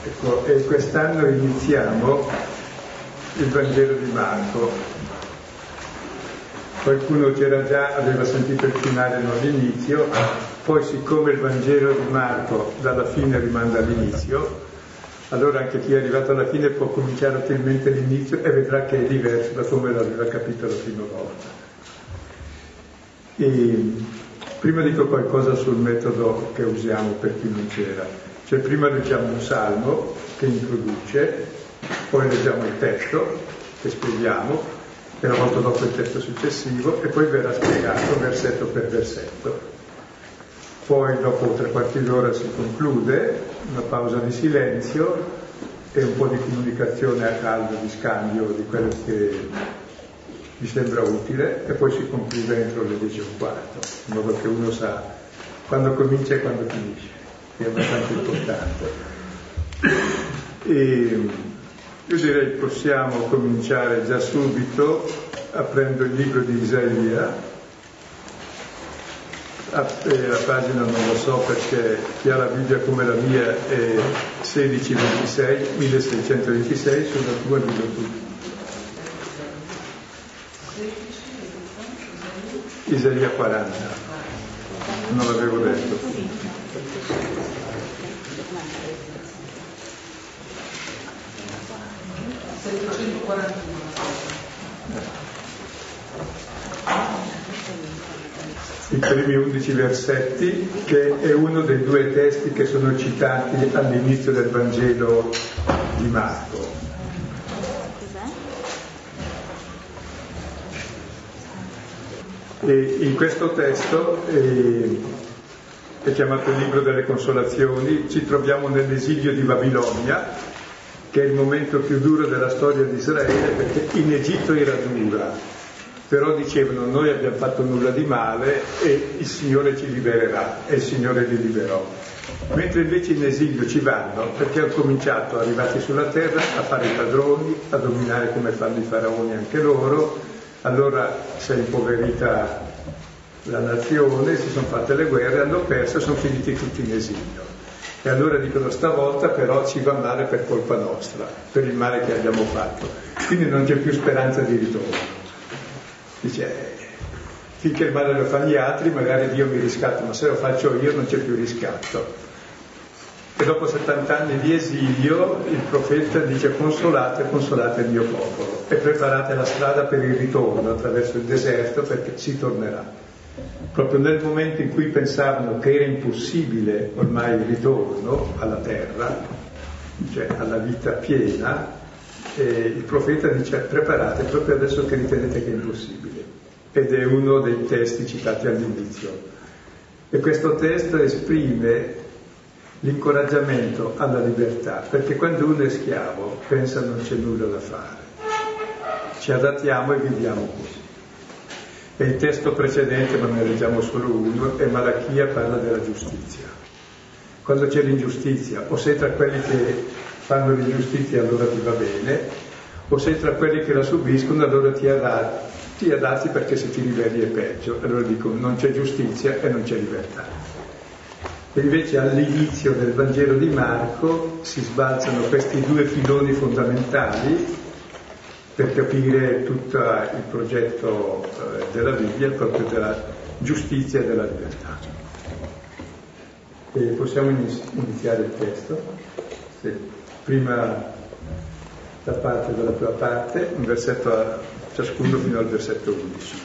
Ecco, e quest'anno iniziamo il Vangelo di Marco. Qualcuno c'era già, aveva sentito il finale, non l'inizio, poi siccome il Vangelo di Marco dalla fine rimanda all'inizio, allora anche chi è arrivato alla fine può cominciare utilmente l'inizio e vedrà che è diverso da come l'aveva capito la prima volta. E prima dico qualcosa sul metodo che usiamo per chi non c'era. Cioè prima leggiamo un salmo che introduce, poi leggiamo il testo che spieghiamo, e una volta dopo il testo successivo, e poi verrà spiegato versetto per versetto. Poi dopo 3/4 d'ora si conclude, una pausa di silenzio e un po' di comunicazione a caldo, di scambio di quello che vi sembra utile, e poi si conclude entro le 10:15, in modo che uno sa quando comincia e quando finisce, che è abbastanza importante. E io direi possiamo cominciare già subito aprendo il libro di Isaia. La pagina non lo so perché chi ha la Bibbia come la mia è 1626, sulla tua dillo tu. Isaia 40, non l'avevo detto. I primi 11 versetti, che è uno dei 2 testi che sono citati all'inizio del Vangelo di Marco. E in questo testo è chiamato il libro delle consolazioni. Ci troviamo nell'esilio di Babilonia, che è il momento più duro della storia di Israele, perché in Egitto era dura, però dicevano noi abbiamo fatto nulla di male e il Signore ci libererà, e il Signore li liberò. Mentre invece in esilio ci vanno perché hanno cominciato, arrivati sulla terra, a fare i padroni, a dominare come fanno i faraoni anche loro. Allora si è impoverita la nazione, si sono fatte le guerre, hanno perso e sono finiti tutti in esilio. E allora dicono stavolta però ci va male per colpa nostra, per il male che abbiamo fatto. Quindi non c'è più speranza di ritorno. Dice, finché il male lo fanno gli altri, magari Dio mi riscatta, ma se lo faccio io non c'è più riscatto. E dopo 70 anni di esilio, il profeta dice consolate il mio popolo e preparate la strada per il ritorno attraverso il deserto, perché si tornerà. Proprio nel momento in cui pensavano che era impossibile ormai il ritorno alla terra, cioè alla vita piena, il profeta dice preparate proprio adesso che ritenete che è impossibile, ed è uno dei testi citati all'inizio. E questo testo esprime l'incoraggiamento alla libertà, perché quando uno è schiavo pensa non c'è nulla da fare, ci adattiamo e viviamo così. E il testo precedente, ma ne leggiamo solo uno, è Malachia, parla della giustizia. Quando c'è l'ingiustizia, o sei tra quelli che fanno l'ingiustizia allora ti va bene, o sei tra quelli che la subiscono allora ti adatti perché se ti ribelli è peggio. Allora dico non c'è giustizia e non c'è libertà. E invece all'inizio del Vangelo di Marco si sbalzano questi 2 filoni fondamentali per capire tutto il progetto della Bibbia, proprio della giustizia e della libertà. E possiamo iniziare il testo? Sì. Prima da parte della tua parte, un versetto a ciascuno fino al versetto 11.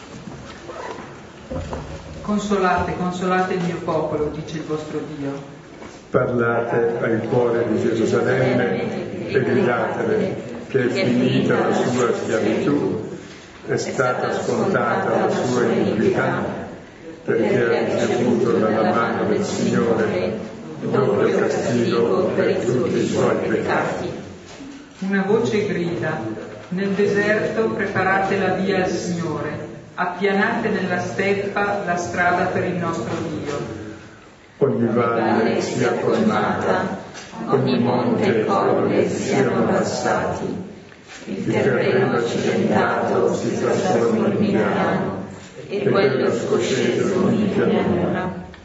Consolate il mio popolo, dice il vostro Dio. Parlate al cuore di Gerusalemme e gridatele che è finita la sua schiavitù, è stata scontata la sua iniquità, perché ha ricevuto dalla mano del Signore doppio castigo per tutti i suoi peccati. Una voce grida, nel deserto preparate la via al Signore, appianate nella steppa la strada per il nostro Dio. Ogni valle sia colmata, ogni monte e colle siano abbassati, il terreno accidentato si trasformi in grano e quello scosceso in pianura.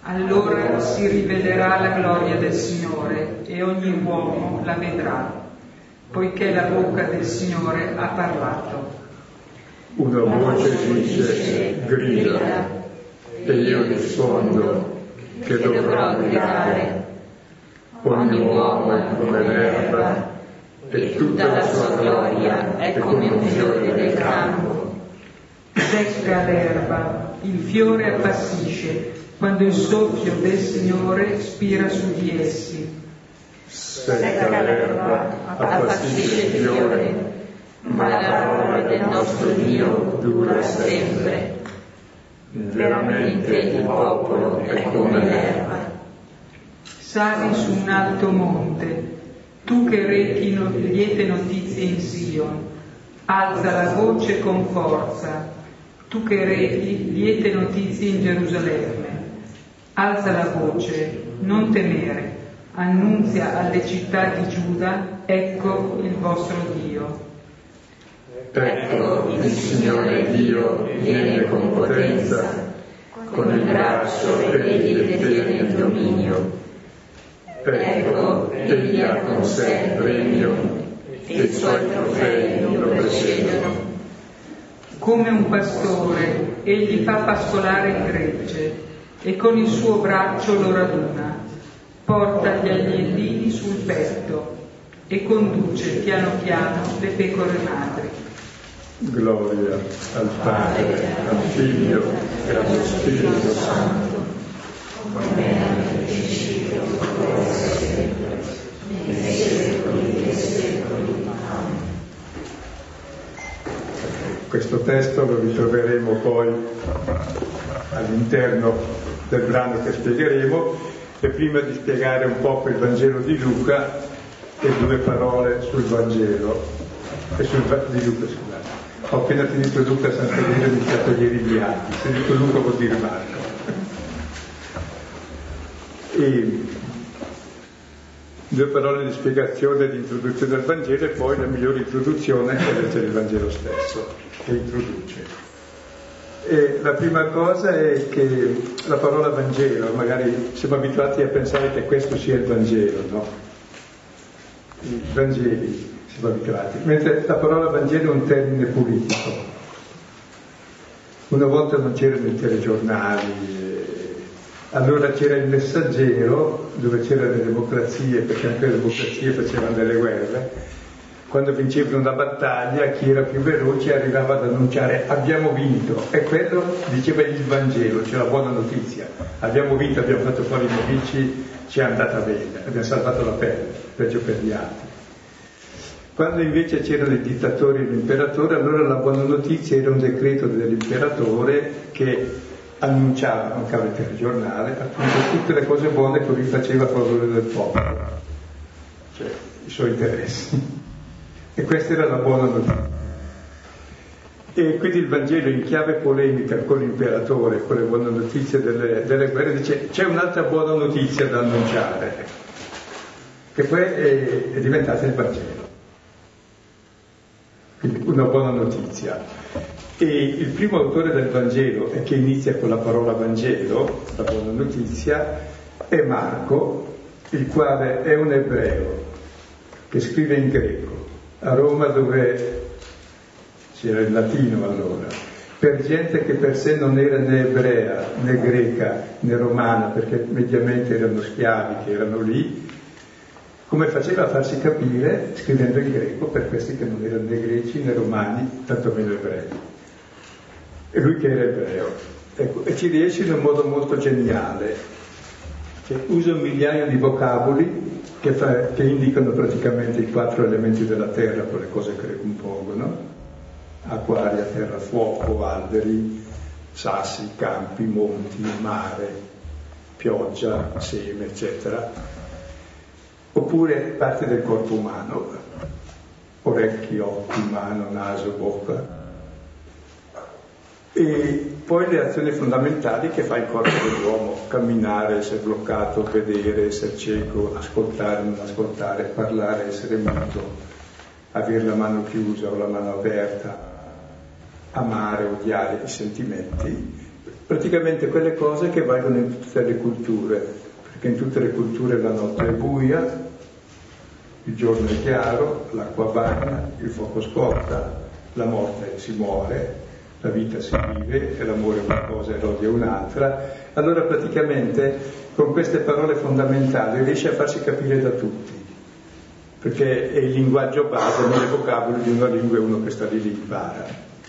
Allora si rivelerà la gloria del Signore e ogni uomo la vedrà, poiché la bocca del Signore ha parlato. Una voce dice, grida, e io rispondo che dovrò gridare. Ogni uomo è come l'erba, e tutta la sua gloria è come un fiore del campo. Secca l'erba, il fiore appassisce, quando il soffio del Signore spira su di essi. Secca l'erba, appassisce il fiore, ma la parola del nostro Dio dura sempre. Veramente il popolo è come l'erba. Sali su un alto monte, tu che rechi liete notizie in Sion, alza la voce con forza, tu che rechi liete notizie in Gerusalemme. Alza la voce, non temere, annunzia alle città di Giuda, ecco il vostro Dio. Ecco, il Signore Dio viene con potenza, con il braccio egli detiene il dominio. Ecco, egli ha con sé il premio, e i suoi trofei lo precedono. Come un pastore, egli fa pascolare il gregge, e con il suo braccio lo raduna, porta gli agnellini sul petto, e conduce piano piano le pecore madri. Gloria al Padre, al Figlio e allo Spirito Santo, come era nel principio, ora e sempre, nei secoli dei secoli. Amen. Questo testo lo ritroveremo poi all'interno del brano che spiegheremo, e prima di spiegare un po' il Vangelo di Luca, e due parole sul Vangelo di Luca, scusate. Ho appena finito Luca, senza dire mi sta togliere gli atti. Se dico Luca vuol dire Marco. E due parole di spiegazione, di introduzione al Vangelo, e poi la migliore introduzione è leggere il Vangelo stesso, che introduce. E la prima cosa è che la parola Vangelo, magari siamo abituati a pensare che questo sia il Vangelo, no? I Vangeli. Mentre la parola Vangelo è un termine politico. Una volta non c'erano i telegiornali, allora c'era il Messaggero, dove c'erano le democrazie, perché anche le democrazie facevano delle guerre. Quando vincevano una battaglia, chi era più veloce arrivava ad annunciare abbiamo vinto, e quello diceva il Vangelo, c'è la buona notizia. Abbiamo vinto, abbiamo fatto fuori i nemici, ci è andata bene, abbiamo salvato la pelle, peggio per gli altri. Quando invece c'erano i dittatori e l'imperatore, allora la buona notizia era un decreto dell'imperatore che annunciava, mancava il telegiornale, appunto tutte le cose buone che lui faceva a favore del popolo, cioè i suoi interessi. E questa era la buona notizia. E quindi il Vangelo, in chiave polemica con l'imperatore, con le buone notizie delle guerre, dice c'è un'altra buona notizia da annunciare, che poi è diventata il Vangelo. Una buona notizia. E il primo autore del Vangelo, e che inizia con la parola Vangelo, la buona notizia, è Marco, il quale è un ebreo che scrive in greco a Roma, dove c'era il latino allora, per gente che per sé non era né ebrea né greca né romana, perché mediamente erano schiavi che erano lì. Come faceva a farsi capire scrivendo in greco per questi che non erano né greci né romani, tantomeno ebrei. E lui che era ebreo. Ecco, e ci riesce in un modo molto geniale. Cioè, usa un migliaio di vocaboli che indicano praticamente i 4 elementi della terra, con le cose che le compongono: acqua, aria, terra, fuoco, alberi, sassi, campi, monti, mare, pioggia, seme, eccetera. Oppure parte del corpo umano, orecchi, occhi, mano, naso, bocca, e poi le azioni fondamentali che fa il corpo dell'uomo: camminare, essere bloccato, vedere, essere cieco, ascoltare, non ascoltare, parlare, essere muto, avere la mano chiusa o la mano aperta, amare, odiare, i sentimenti. praticamente quelle cose che valgono in tutte le culture, perché in tutte le culture la notte è buia, il giorno è chiaro, l'acqua bagna, il fuoco scotta, la morte si muore, la vita si vive e l'amore è una cosa e l'odio è un'altra. Allora praticamente con queste parole fondamentali riesce a farsi capire da tutti, perché è il linguaggio base nelle vocaboli di una lingua e uno che sta lì li impara.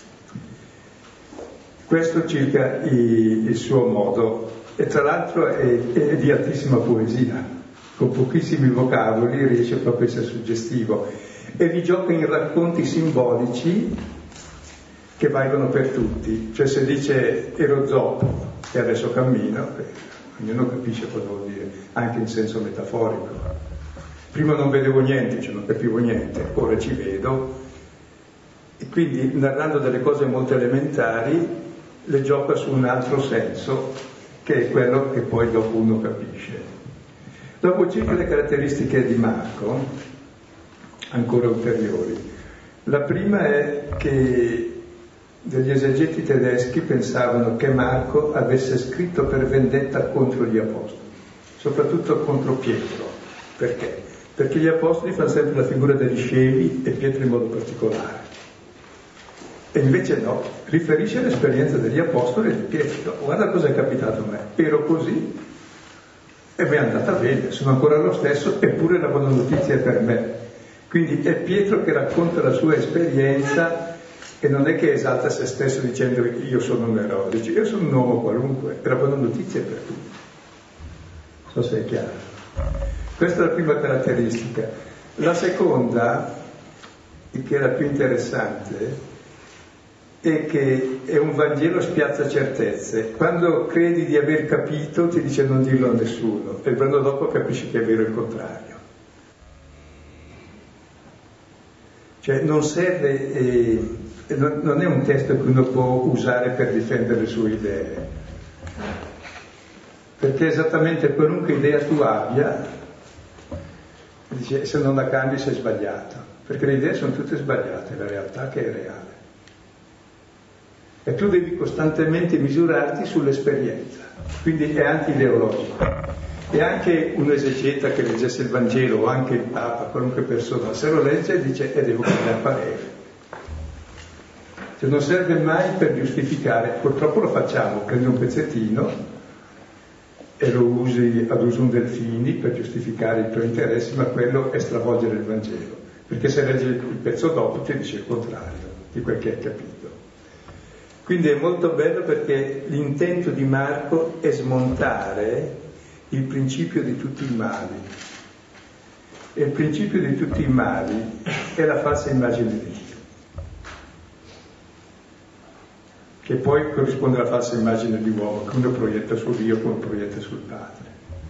Questo circa il suo modo, e tra l'altro è di altissima poesia, con pochissimi vocaboli riesce proprio a essere suggestivo e vi gioca in racconti simbolici che valgono per tutti. Cioè se dice ero zoppo e adesso cammino, ognuno capisce cosa vuol dire, anche in senso metaforico. Prima non vedevo niente, cioè non capivo niente, ora ci vedo, e quindi narrando delle cose molto elementari le gioca su un altro senso che è quello che poi dopo uno capisce. Dopo circa le caratteristiche di Marco, ancora ulteriori. La prima è che degli esegeti tedeschi pensavano che Marco avesse scritto per vendetta contro gli apostoli, soprattutto contro Pietro. Perché? Perché gli apostoli fanno sempre la figura degli scemi e Pietro in modo particolare. E invece no, riferisce l'esperienza degli apostoli e di Pietro. Guarda cosa è capitato a me, ero così e mi è andata bene, sono ancora lo stesso, eppure la buona notizia è per me. Quindi è Pietro che racconta la sua esperienza e non è che esalta se stesso dicendo io sono un eroe, dice io sono un uomo qualunque e la buona notizia è per tutti. Non so se è chiaro. Questa è la prima caratteristica. La seconda, che è la più interessante, è che è un Vangelo spiazza certezze. Quando credi di aver capito ti dice non dirlo a nessuno e il giorno dopo capisci che è vero il contrario. Cioè non serve, non è un testo che uno può usare per difendere le sue idee, perché esattamente qualunque idea tu abbia, dice, se non la cambi sei sbagliato, perché le idee sono tutte sbagliate, la realtà che è reale. E tu devi costantemente misurarti sull'esperienza, quindi è anti-ideologico. E anche un esegeta che leggesse il Vangelo, o anche il Papa, qualunque persona, se lo legge dice devo cambiare parere. Cioè non serve mai per giustificare, purtroppo lo facciamo, prendi un pezzettino e lo usi ad usum delfini per giustificare i tuoi interessi, ma quello è stravolgere il Vangelo, perché se leggi il pezzo dopo ti dice il contrario di quel che hai capito. Quindi è molto bello perché l'intento di Marco è smontare il principio di tutti i mali. E il principio di tutti i mali è la falsa immagine di Dio, che poi corrisponde alla falsa immagine di uomo, che uno proietta su Dio, come proietta sul Padre.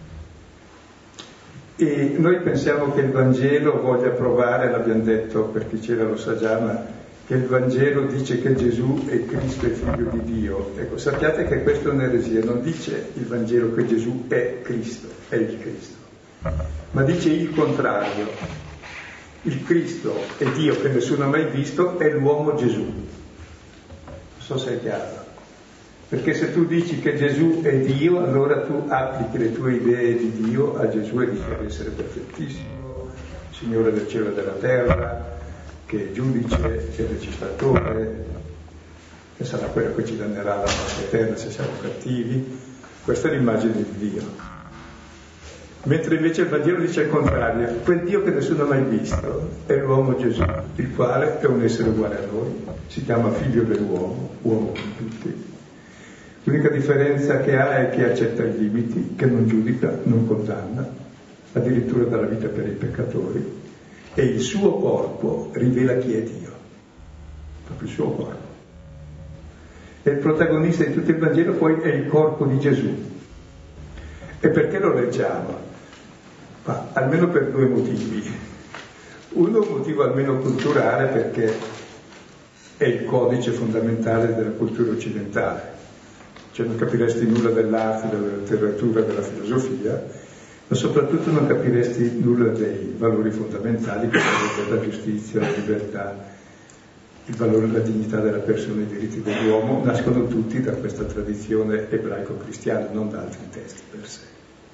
E noi pensiamo che il Vangelo voglia provare, l'abbiamo detto per chi c'era lo sa già, ma che il Vangelo dice che Gesù è Cristo e figlio di Dio. Ecco, sappiate che questa è un'eresia, non dice il Vangelo che Gesù è Cristo, è il Cristo, ma dice il contrario. Il Cristo è Dio che nessuno ha mai visto, è l'uomo Gesù. Non so se è chiaro. Perché se tu dici che Gesù è Dio, allora tu applichi le tue idee di Dio a Gesù e dici che deve essere perfettissimo, Signore del cielo e della terra, che è giudice, che è legislatore, che sarà quello che ci dannerà la morte eterna se siamo cattivi. Questa è l'immagine di Dio. Mentre invece il Vangelo dice il contrario, quel Dio che nessuno ha mai visto è l'uomo Gesù, il quale è un essere uguale a noi, si chiama figlio dell'uomo, uomo con tutti. L'unica differenza che ha è che accetta i limiti, che non giudica, non condanna, addirittura dà la vita per i peccatori. E il suo corpo rivela chi è Dio, proprio il suo corpo. E il protagonista di tutto il Vangelo poi è il corpo di Gesù. E perché lo leggiamo? Ma almeno per due motivi. Uno, un motivo almeno culturale, perché è il codice fondamentale della cultura occidentale. Cioè non capiresti nulla dell'arte, della letteratura, della filosofia, ma soprattutto non capiresti nulla dei valori fondamentali che sono la giustizia, la libertà. il valore e la dignità della persona e i diritti dell'uomo nascono tutti da questa tradizione ebraico-cristiana, non da altri testi per sé.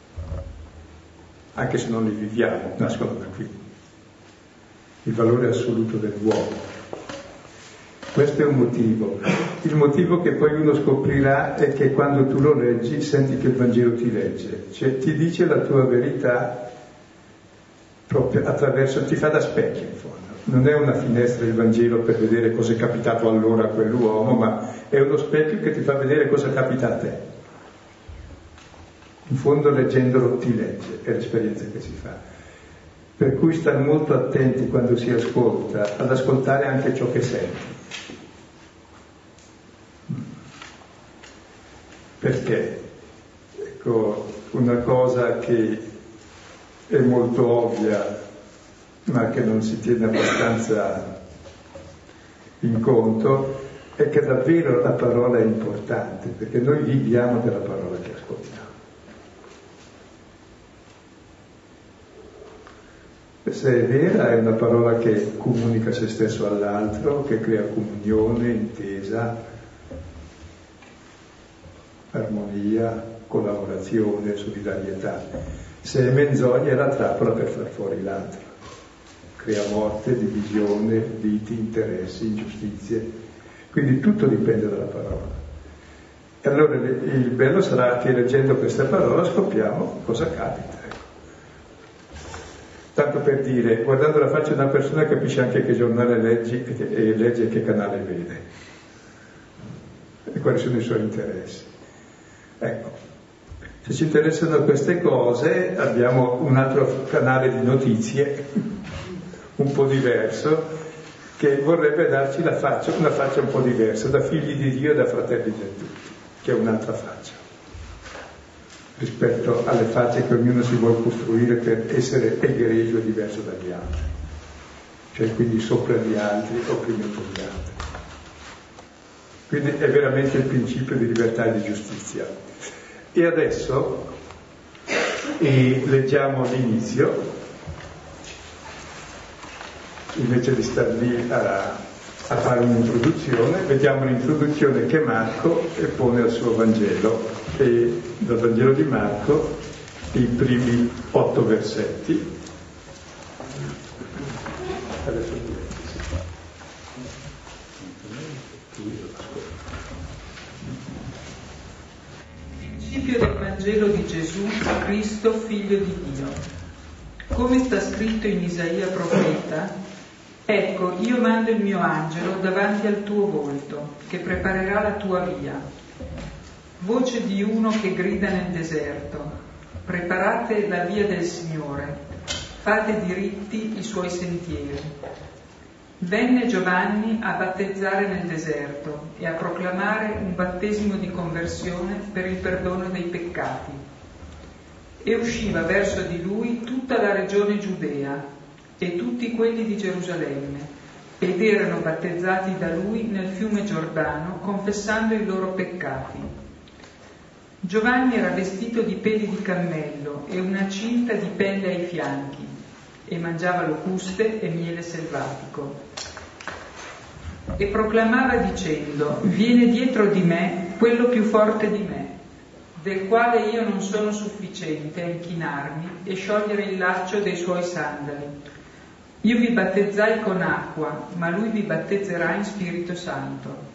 Anche se non li viviamo, nascono da qui. Il valore assoluto dell'uomo. Questo è un motivo. Il motivo che poi uno scoprirà è che quando tu lo leggi senti che il Vangelo ti legge, cioè ti dice la tua verità proprio attraverso, ti fa da specchio in fondo. Non è una finestra il Vangelo per vedere cosa è capitato allora a quell'uomo, ma è uno specchio che ti fa vedere cosa capita a te. In fondo leggendolo ti legge, è l'esperienza che si fa. Per cui stare molto attenti quando si ascolta, ad ascoltare anche ciò che senti. Perché? Ecco, una cosa che è molto ovvia, ma che non si tiene abbastanza in conto, è che davvero la parola è importante, perché noi viviamo della parola che ascoltiamo. Se è vera, è una parola che comunica se stesso all'altro, che crea comunione, intesa, armonia, collaborazione, solidarietà. Se è menzogna è la trappola per far fuori l'altro. Crea morte, divisione, liti, interessi, ingiustizie. Quindi tutto dipende dalla parola. E allora il bello sarà che leggendo questa parola scopriamo cosa capita. Tanto per dire, guardando la faccia di una persona capisce anche che giornale leggi e legge che canale vede e quali sono i suoi interessi. Ecco, se ci interessano queste cose abbiamo un altro canale di notizie un po' diverso che vorrebbe darci una faccia un po' diversa, da figli di Dio e da fratelli di tutti, che è un'altra faccia rispetto alle facce che ognuno si vuole costruire per essere egregio e diverso dagli altri, cioè quindi sopra gli altri, opprimendo gli altri. Quindi è veramente il principio di libertà e di giustizia. E adesso leggiamo l'inizio, invece di star lì a fare un'introduzione, vediamo l'introduzione che Marco pone al suo Vangelo. E dal Vangelo di Marco i primi 8 versetti. Principio del Vangelo di Gesù Cristo, figlio di Dio. Come sta scritto in Isaia profeta: ecco, io mando il mio angelo davanti al tuo volto, che preparerà la tua via. Voce di uno che grida nel deserto: preparate la via del Signore, fate diritti i suoi sentieri. Venne Giovanni a battezzare nel deserto e a proclamare un battesimo di conversione per il perdono dei peccati. E usciva verso di lui tutta la regione Giudea e tutti quelli di Gerusalemme, ed erano battezzati da lui nel fiume Giordano, confessando i loro peccati. Giovanni era vestito di peli di cammello e una cinta di pelle ai fianchi, e mangiava locuste e miele selvatico. E proclamava dicendo: viene dietro di me quello più forte di me, del quale io non sono sufficiente a inchinarmi e sciogliere il laccio dei suoi sandali. Io vi battezzai con acqua, ma lui vi battezzerà in Spirito Santo.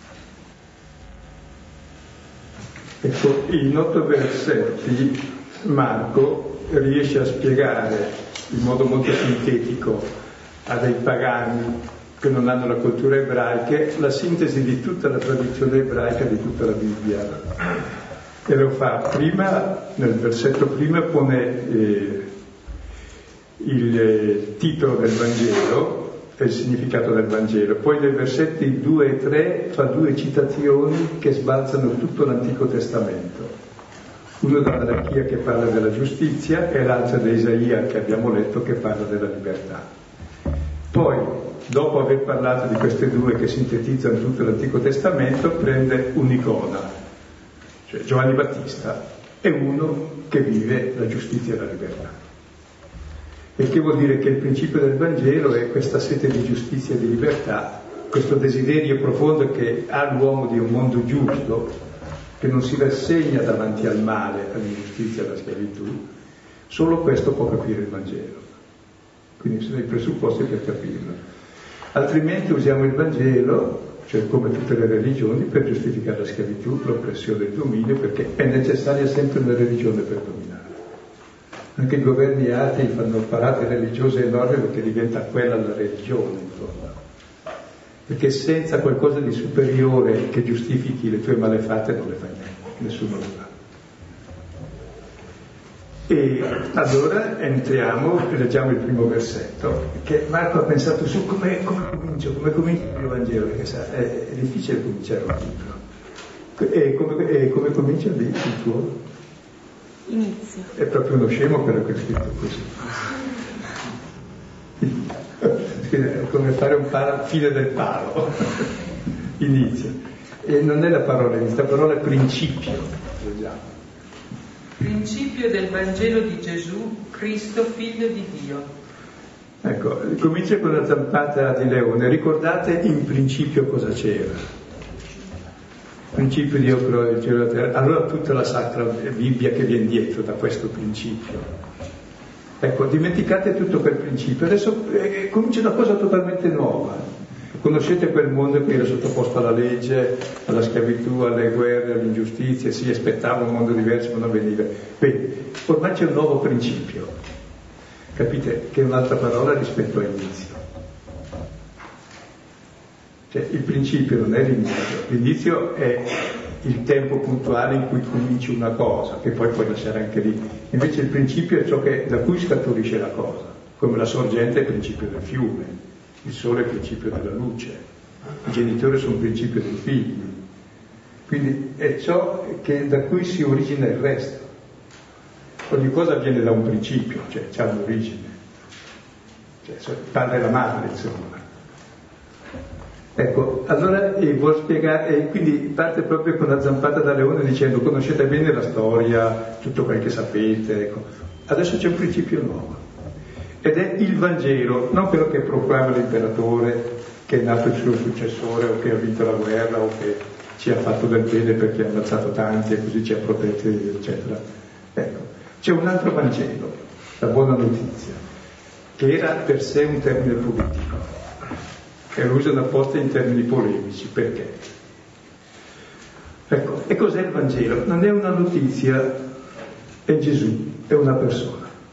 Ecco, in 8 versetti Marco riesce a spiegare in modo molto sintetico a dei pagani che non hanno la cultura ebraica la sintesi di tutta la tradizione ebraica, di tutta la Bibbia. E lo fa prima, nel versetto prima pone il titolo del Vangelo e il significato del Vangelo, poi nei versetti 2 e 3 fa 2 citazioni che sbalzano tutto l'Antico Testamento, uno da Malachia che parla della giustizia e l'altro da Isaia che abbiamo letto che parla della libertà. Poi, dopo aver parlato di queste 2 che sintetizzano tutto l'Antico Testamento, prende un'icona, cioè Giovanni Battista è uno che vive la giustizia e la libertà. Il che vuol dire che il principio del Vangelo è questa sete di giustizia e di libertà questo desiderio profondo che ha l'uomo di un mondo giusto, che non si rassegna davanti al male, all'ingiustizia, alla schiavitù, solo questo può capire il Vangelo. Quindi sono i presupposti per capirlo. Altrimenti usiamo il Vangelo, cioè come tutte le religioni, per giustificare la schiavitù, l'oppressione e il dominio, perché è necessaria sempre una religione per dominare. Anche i governi atei fanno parate religiose enormi perché diventa quella la religione, insomma. Perché senza qualcosa di superiore che giustifichi le tue malefatte non le fai niente, nessuno lo fa. E allora entriamo e leggiamo il primo versetto, che Marco ha pensato su come comincio il Vangelo, perché sa, è difficile cominciare un libro. E come comincia lì il tuo? Inizio. È proprio uno scemo quello che è scritto così. È come fare un fine del palo. Inizio. E non è la parola inizio, la parola è principio. Leggiamo. Principio del Vangelo di Gesù, Cristo, Figlio di Dio. Ecco, comincia con la zampata di leone. Ricordate in principio cosa c'era? Principio di Dio creò il cielo e la terra. Allora tutta la Sacra Bibbia che viene dietro da questo principio. Ecco, dimenticate tutto quel principio. Adesso comincia una cosa totalmente nuova. Conoscete quel mondo che era sottoposto alla legge, alla schiavitù, alle guerre, alle ingiustizie, si aspettava un mondo diverso ma non veniva. Bene, ormai c'è un nuovo principio. Capite che è un'altra parola rispetto all'inizio. Cioè il principio non è l'inizio è il tempo puntuale in cui cominci una cosa, che poi puoi lasciare anche lì. Invece il principio è ciò da cui scaturisce la cosa, come la sorgente è il principio del fiume. Il sole è il principio della luce, i genitori sono il principio dei figli, quindi è ciò da cui si origina il resto. Ogni cosa viene da un principio, cioè c'ha un'origine, cioè il padre e la madre, insomma. Ecco, allora vuol spiegare, quindi parte proprio con la zampata da leone dicendo: conoscete bene la storia, tutto quel che sapete, ecco. Adesso c'è un principio nuovo. Ed è il Vangelo, non quello che proclama l'imperatore, che è nato il suo successore, o che ha vinto la guerra, o che ci ha fatto del bene perché ha ammazzato tanti e così ci ha protetti, eccetera. Ecco, c'è un altro Vangelo, la buona notizia, che era per sé un termine politico, che lo usano apposta in termini polemici. Perché? Ecco, e cos'è il Vangelo? Non è una notizia, è Gesù, è una persona.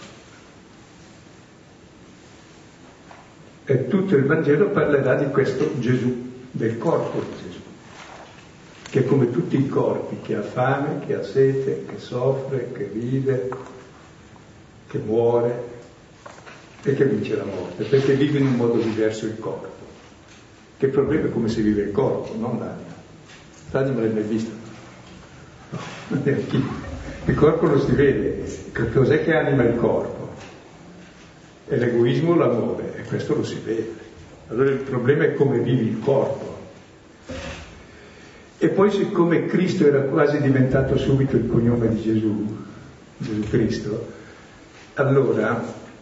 E tutto il Vangelo parlerà di questo Gesù, del corpo di Gesù, che è come tutti i corpi, che ha fame, che ha sete, che soffre, che vive, che muore e che vince la morte, perché vive in un modo diverso il corpo. Che il problema è come si vive il corpo, non l'anima. L'anima l'hai mai vista? No, neanche io. Il corpo lo si vede. Cos'è che anima il corpo? È l'egoismo o l'amore, e questo lo si vede. Allora il problema è come vivi il corpo. E poi, siccome Cristo era quasi diventato subito il cognome di Gesù, Gesù Cristo, allora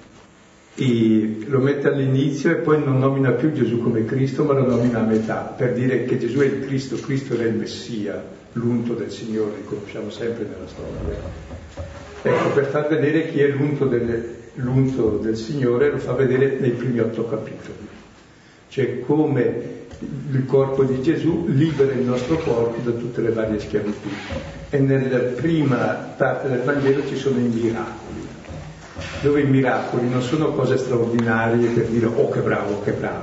lo mette all'inizio e poi non nomina più Gesù come Cristo, ma lo nomina a metà, per dire che Gesù è il Cristo, Cristo era il Messia, l'unto del Signore, li conosciamo sempre nella storia. Ecco, per far vedere chi è l'unto del Signore, lo fa vedere nei primi 8 capitoli. Cioè come il corpo di Gesù libera il nostro corpo da tutte le varie schiavitù. E nella prima parte del Vangelo ci sono i miracoli, dove i miracoli non sono cose straordinarie per dire oh che bravo,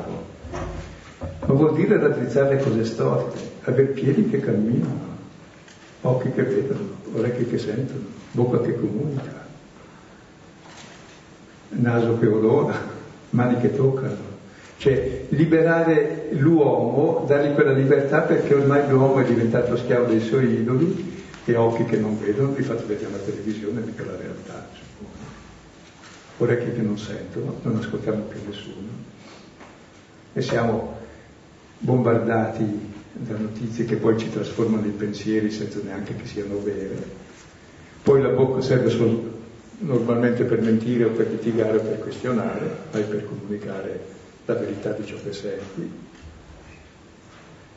ma vuol dire raddrizzare le cose storte, avere piedi che camminano, occhi che vedono, orecchie che sentono, bocca che comunica, naso che odora, mani che toccano. Cioè liberare l'uomo, dargli quella libertà, perché ormai l'uomo è diventato schiavo dei suoi idoli e occhi che non vedono, li fate vedere alla televisione, mica la realtà, suppongo. Orecchie che non sentono, non ascoltiamo più nessuno e siamo bombardati da notizie che poi ci trasformano in pensieri senza neanche che siano vere. Poi la bocca serve solo normalmente per mentire o per litigare o per questionare, ma per comunicare la verità di ciò che senti.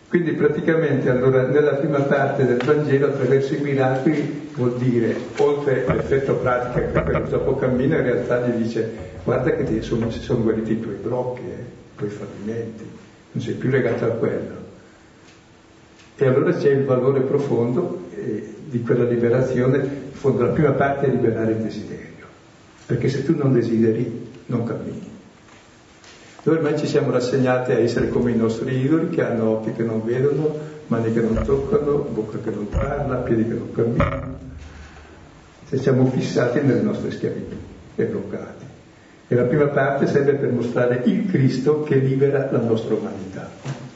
Quindi praticamente allora nella prima parte del Vangelo attraverso i miracoli vuol dire, oltre all'effetto pratico che quello dopo cammina, in realtà gli dice guarda che si sono guariti i tuoi blocchi, i tuoi fallimenti, non sei più legato a quello. E allora c'è il valore profondo di quella liberazione. In fondo la prima parte è liberare il desiderio, perché se tu non desideri non cammini. Noi ormai ci siamo rassegnati a essere come i nostri idoli, che hanno occhi che non vedono, mani che non toccano, bocca che non parla, piedi che non camminano. Se siamo fissati nelle nostre schiavitù e bloccati. E la prima parte serve per mostrare il Cristo che libera la nostra umanità.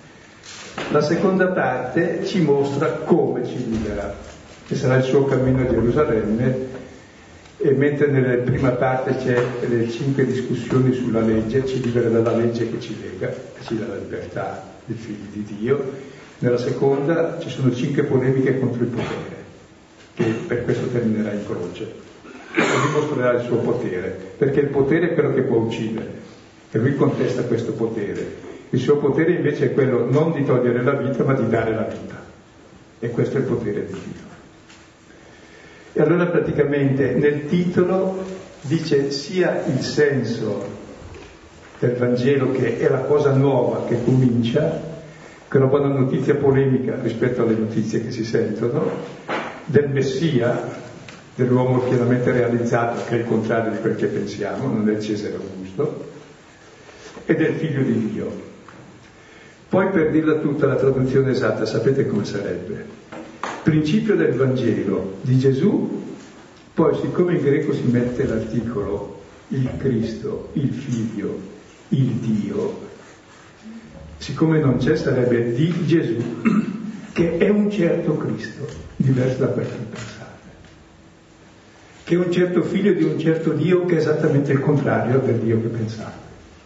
La seconda parte ci mostra come ci libera, che sarà il suo cammino a Gerusalemme. E mentre nella prima parte c'è le 5 discussioni sulla legge, ci libera dalla legge che ci lega, che ci dà la libertà dei figli di Dio, nella seconda ci sono 5 polemiche contro il potere, che per questo terminerà in croce, e dimostrerà il suo potere, perché il potere è quello che può uccidere, e lui contesta questo potere. Il suo potere invece è quello non di togliere la vita, ma di dare la vita, e questo è il potere di Dio. E allora praticamente nel titolo dice sia il senso del Vangelo, che è la cosa nuova che comincia, che è una buona notizia polemica rispetto alle notizie che si sentono, del Messia, dell'uomo pienamente realizzato, che è il contrario di quel che pensiamo, non è Cesare Augusto, e del Figlio di Dio. Poi, per dirla tutta, la traduzione esatta, sapete come sarebbe? Principio del Vangelo di Gesù, poi siccome in greco si mette l'articolo il Cristo, il Figlio, il Dio, siccome non c'è sarebbe di Gesù, che è un certo Cristo, diverso da quel che pensate, che è un certo Figlio di un certo Dio, che è esattamente il contrario del Dio che pensate.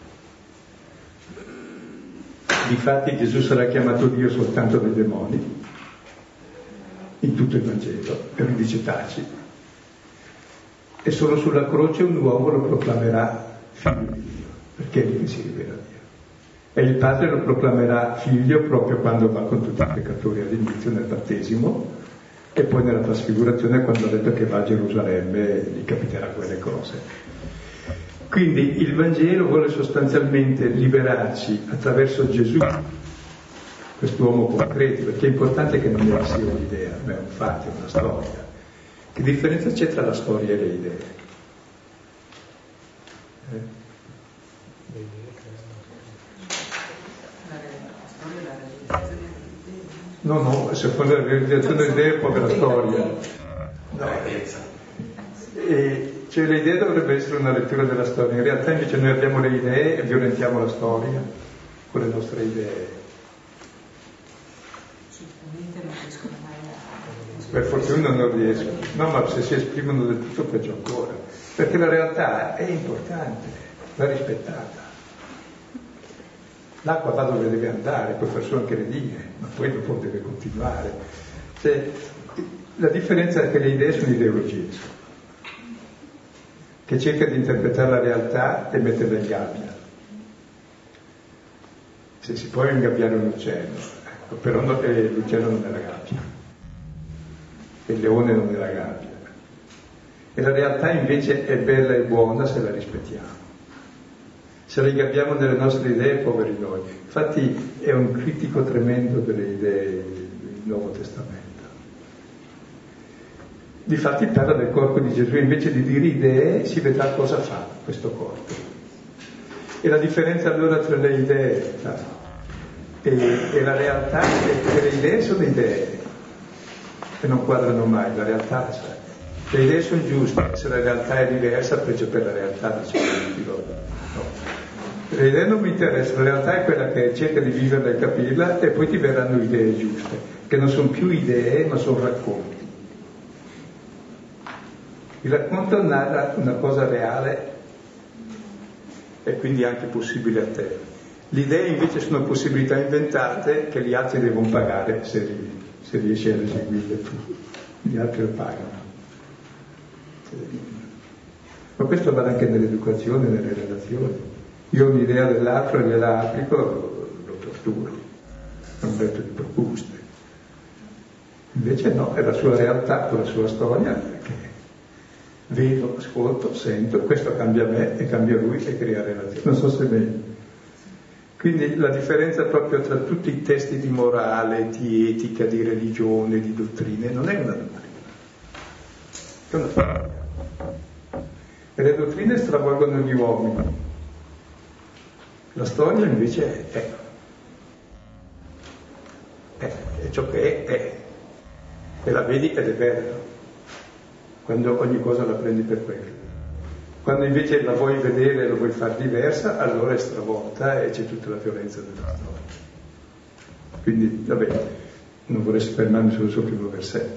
Difatti Gesù sarà chiamato Dio soltanto dai demoni, in tutto il Vangelo, e lui dice taci, e solo sulla croce un uomo lo proclamerà figlio di Dio, perché è lì che si rivela Dio, e il Padre lo proclamerà figlio proprio quando va con tutti i peccatori all'inizio nel battesimo, e poi nella trasfigurazione, quando ha detto che va a Gerusalemme gli capiterà quelle cose. Quindi il Vangelo vuole sostanzialmente liberarci attraverso Gesù, quest'uomo concreto, perché è importante che non ne sia un'idea, ma è un fatto, è una storia. Che differenza c'è tra la storia e le idee? No, secondo la realizzazione delle idee è poi la storia. No. Cioè l'idea dovrebbe essere una lettura della storia, in realtà invece noi abbiamo le idee e violentiamo la storia con le nostre idee. Per fortuna non riesco, no, ma se si esprimono del tutto peggio ancora, perché la realtà è importante, va rispettata. L'acqua va dove deve andare, puoi far su anche le dighe, ma poi dopo deve continuare. Cioè, la differenza è che le idee sono ideologie, che cerca di interpretare la realtà e metterla in gabbia. Se si può ingabbiare un uccello, ecco, però l'uccello non è la gabbia. E il leone non è la gabbia, e la realtà invece è bella e buona se la rispettiamo. Se la ingabbiamo nelle nostre idee, poveri noi. Infatti è un critico tremendo delle idee il Nuovo Testamento. Difatti parla del corpo di Gesù, invece di dire idee si vedrà cosa fa questo corpo. E la differenza allora tra le idee e la realtà è che le idee sono idee e non quadrano mai, la realtà c'è. Le idee sono giuste, se la realtà è diversa, peggio per la realtà, diciamo il filosofo. No. Le idee non mi interessano, la realtà è quella che cerca di viverla e capirla, e poi ti verranno idee giuste, che non sono più idee ma sono racconti. Il racconto narra una cosa reale e quindi anche possibile a te. Le idee invece sono possibilità inventate che gli altri devono pagare se riesci a eseguirle tu, gli altri lo pagano. Ma questo vale anche nell'educazione, nelle relazioni. Io ho un'idea dell'altro e gliela applico, lo torturo. Umberto di Procuste. Invece no, è la sua realtà con la sua storia, che vedo, ascolto, sento, questo cambia me e cambia lui e crea relazione. Non so se meglio. Quindi la differenza proprio tra tutti i testi di morale, di etica, di religione, di dottrine, non è una dottrina, è una storia. E le dottrine stravolgono gli uomini. La storia invece è ciò che è. E la vedi ed è bello, quando ogni cosa la prendi per quello. Quando invece la vuoi vedere e la vuoi far diversa, allora è stravolta e c'è tutta la violenza della storia. Quindi, vabbè, non vorrei fermarmi sul suo primo versetto.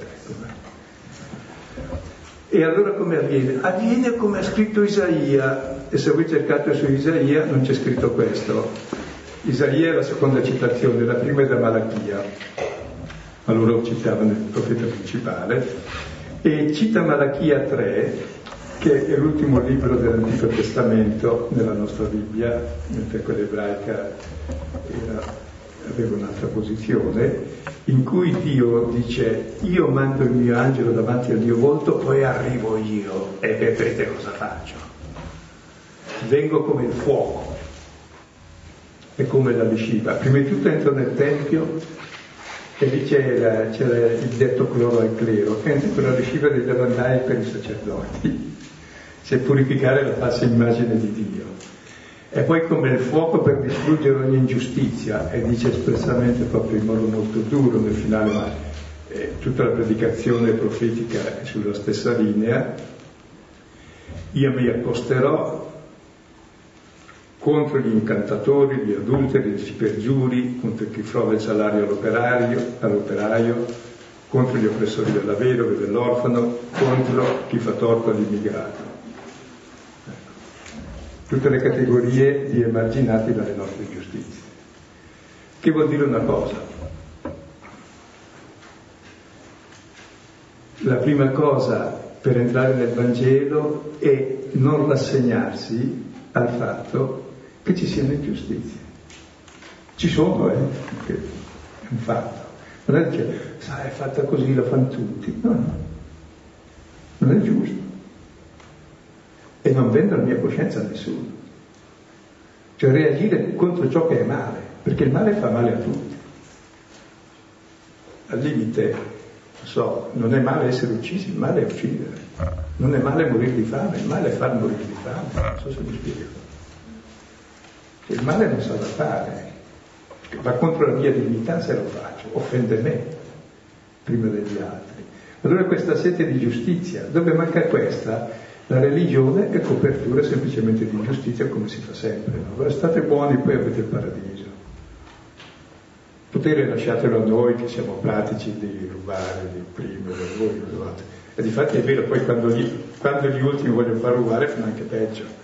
E allora come avviene? Avviene come ha scritto Isaia, e se voi cercate su Isaia non c'è scritto questo. Isaia è la seconda citazione, la prima è da Malachia. Allora citavano il profeta principale, e cita Malachia 3, che è l'ultimo libro dell'Antico Testamento nella nostra Bibbia, mentre quella ebraica aveva un'altra posizione, in cui Dio dice: io mando il mio angelo davanti al mio volto, poi arrivo io e vedrete cosa faccio. Vengo come il fuoco e come la vesciva. Prima di tutto entro nel Tempio e lì c'era il detto cloro al clero, entro con la vesciva dei lavandai per i sacerdoti, cioè purificare la falsa immagine di Dio. E poi come il fuoco per distruggere ogni ingiustizia, e dice espressamente proprio in modo molto duro nel finale, ma tutta la predicazione profetica è sulla stessa linea: io mi accosterò contro gli incantatori, gli adulteri, gli pergiuri, contro chi frode il salario all'operaio, contro gli oppressori della vedova e dell'orfano, contro chi fa torto all'immigrato. Tutte le categorie di emarginati dalle nostre giustizie. Che vuol dire una cosa. La prima cosa per entrare nel Vangelo è non rassegnarsi al fatto che ci siano ingiustizie. Ci sono, è un fatto. Non è che, sai, è fatta così, la fanno tutti. No, non è giusto. E non vendo la mia coscienza a nessuno. Cioè reagire contro ciò che è male, perché il male fa male a tutti. Al limite, non è male essere uccisi, il male è uccidere. Non è male morire di fame, il male è far morire di fame. Non so se mi spiego. Cioè, il male non sa da fare, va contro la mia dignità se lo faccio, offende me prima degli altri. Allora questa sete di giustizia, dove manca questa, la religione è copertura semplicemente di ingiustizia, come si fa sempre. No? Allora state buoni, poi avete il paradiso. Potere lasciatelo a noi che siamo pratici di rubare, di opprimere, voi rubate. E difatti è vero, poi quando gli ultimi vogliono far rubare fanno anche peggio.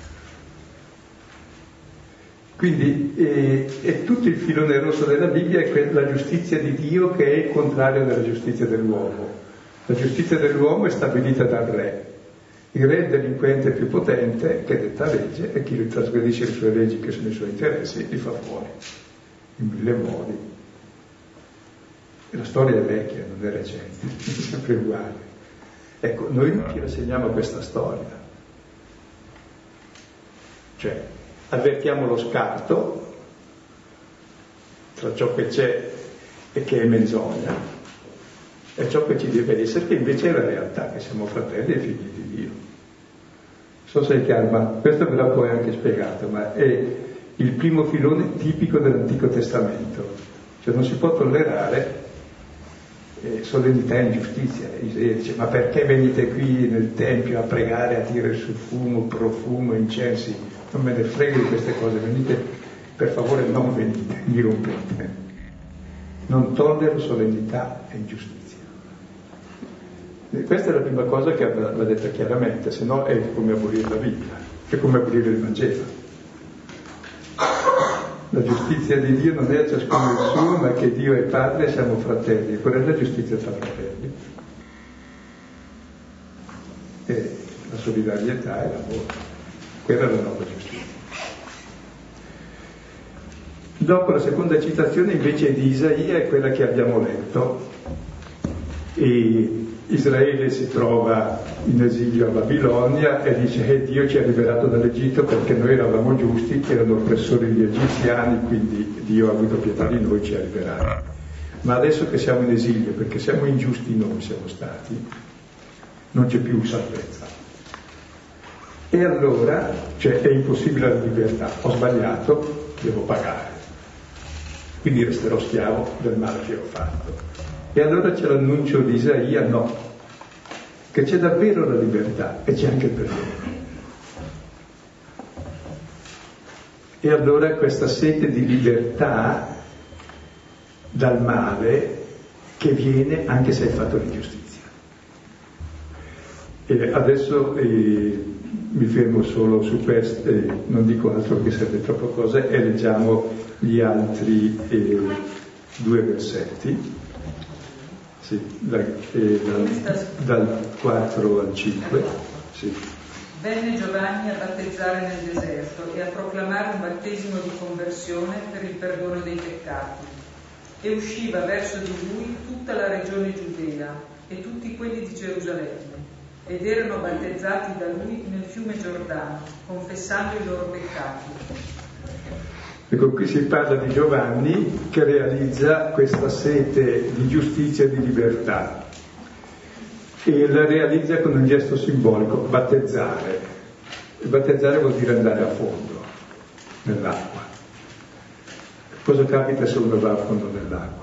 Quindi è tutto il filone rosso della Bibbia è la giustizia di Dio, che è il contrario della giustizia dell'uomo. La giustizia dell'uomo è stabilita dal re. Il re è il delinquente più potente che detta legge, e chi trasgredisce le sue leggi, che sono i suoi interessi, li fa fuori in mille modi. E la storia è vecchia, non è recente, è sempre uguale. Ecco, noi non ci rassegniamo a questa storia. Cioè, avvertiamo lo scarto tra ciò che c'è e che è menzogna e ciò che ci deve essere, che invece è la realtà, che siamo fratelli e figli di Dio. Non so se è chiaro, ma questo ve l'ho poi anche spiegato, ma è il primo filone tipico dell'Antico Testamento. Cioè non si può tollerare solennità e ingiustizia. Isaia dice: ma perché venite qui nel Tempio a pregare, a tirare sul fumo, profumo, incensi? Non me ne frega di queste cose, venite, per favore non venite, mi rompete. Non tollero solennità e ingiustizia. E questa è la prima cosa che va detta chiaramente, se no è come abolire la Bibbia, è come abolire il Vangelo. La giustizia di Dio non è a ciascuno il suo, ma che Dio è Padre e siamo fratelli. Quella è la giustizia tra fratelli. E la solidarietà e l'amore. Quella è la nuova giustizia. Dopo la seconda citazione invece di Isaia è quella che abbiamo letto, e Israele si trova in esilio a Babilonia e dice Dio ci ha liberato dall'Egitto perché noi eravamo giusti, erano oppressori gli egiziani, quindi Dio ha avuto pietà di noi, ci ha liberati. Ma adesso che siamo in esilio, perché siamo ingiusti noi siamo stati, non c'è più salvezza. E allora, cioè, è impossibile la libertà, ho sbagliato, devo pagare. Quindi resterò schiavo del male che ho fatto. E allora c'è l'annuncio di Isaia, no, che c'è davvero la libertà e c'è anche il perdono. E allora questa sete di libertà dal male che viene anche se hai fatto l'ingiustizia. E adesso mi fermo solo su questo, non dico altro che serve troppo cose, e leggiamo gli altri 2 versetti, sì, dal 4 al 5. Sì. Venne Giovanni a battezzare nel deserto e a proclamare un battesimo di conversione per il perdono dei peccati. E usciva verso di lui tutta la regione Giudea e tutti quelli di Gerusalemme, ed erano battezzati da lui nel fiume Giordano, confessando i loro peccati. Ecco, qui si parla di Giovanni che realizza questa sete di giustizia e di libertà, e la realizza con un gesto simbolico, battezzare. E battezzare vuol dire andare a fondo nell'acqua. Cosa capita se uno va a fondo nell'acqua?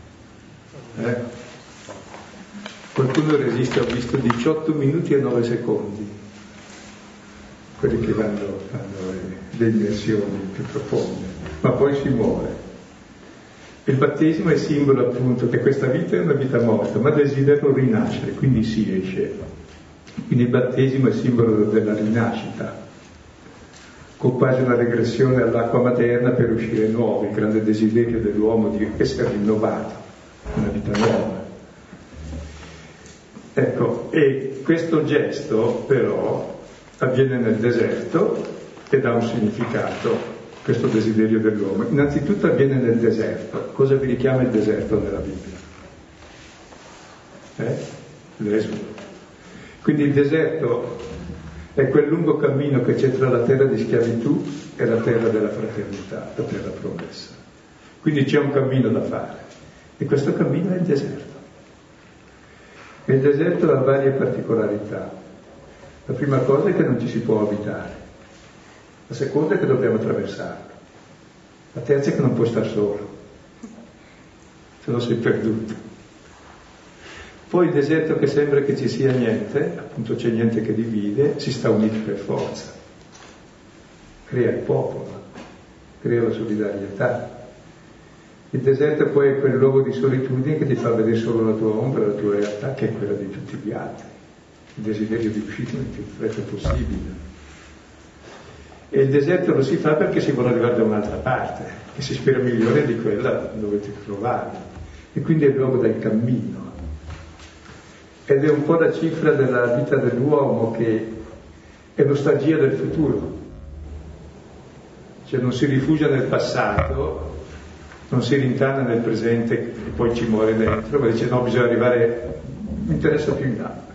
Qualcuno resiste, ho visto 18 minuti e 9 secondi, quelli che fanno le immersioni più profonde, ma poi si muore. Il battesimo è simbolo appunto che questa vita è una vita morta, ma desidero rinascere, quindi si esce. Quindi il battesimo è simbolo della rinascita, con quasi una regressione all'acqua materna per uscire nuovi, il grande desiderio dell'uomo di essere rinnovato, una vita nuova. Ecco, e questo gesto però avviene nel deserto ed ha un significato, questo desiderio dell'uomo. Innanzitutto avviene nel deserto. Cosa vi richiama il deserto nella Bibbia? L'Esodo. Quindi il deserto è quel lungo cammino che c'è tra la terra di schiavitù e la terra della fraternità, la terra promessa. Quindi c'è un cammino da fare, e questo cammino è il deserto. E il deserto ha varie particolarità. La prima cosa è che non ci si può abitare, la seconda è che dobbiamo attraversarlo, la terza è che non puoi star solo, se no sei perduto. Poi il deserto, che sembra che ci sia niente, appunto c'è niente che divide, si sta uniti per forza, crea il popolo, crea la solidarietà. Il deserto poi è quel luogo di solitudine che ti fa vedere solo la tua ombra, la tua realtà, che è quella di tutti gli altri, il desiderio di uscire il più freddo possibile. E il deserto lo si fa perché si vuole arrivare da un'altra parte, che si spera migliore di quella dove ti trovavi, e quindi è il luogo del cammino. Ed è un po' la cifra della vita dell'uomo, che è nostalgia del futuro, cioè non si rifugia nel passato, non si rintana nel presente e poi ci muore dentro, ma dice no, bisogna arrivare, mi interessa più in là.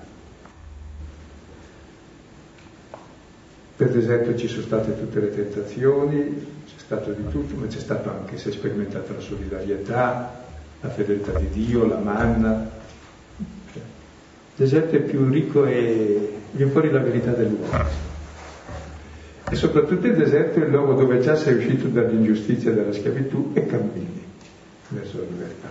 Per deserto ci sono state tutte le tentazioni, c'è stato di tutto, ma c'è stato anche, si è sperimentata la solidarietà, la fedeltà di Dio, la manna. Il deserto è più ricco e viene fuori la verità dell'uomo. E soprattutto il deserto è il luogo dove già sei uscito dall'ingiustizia e dalla schiavitù e cammini verso la libertà.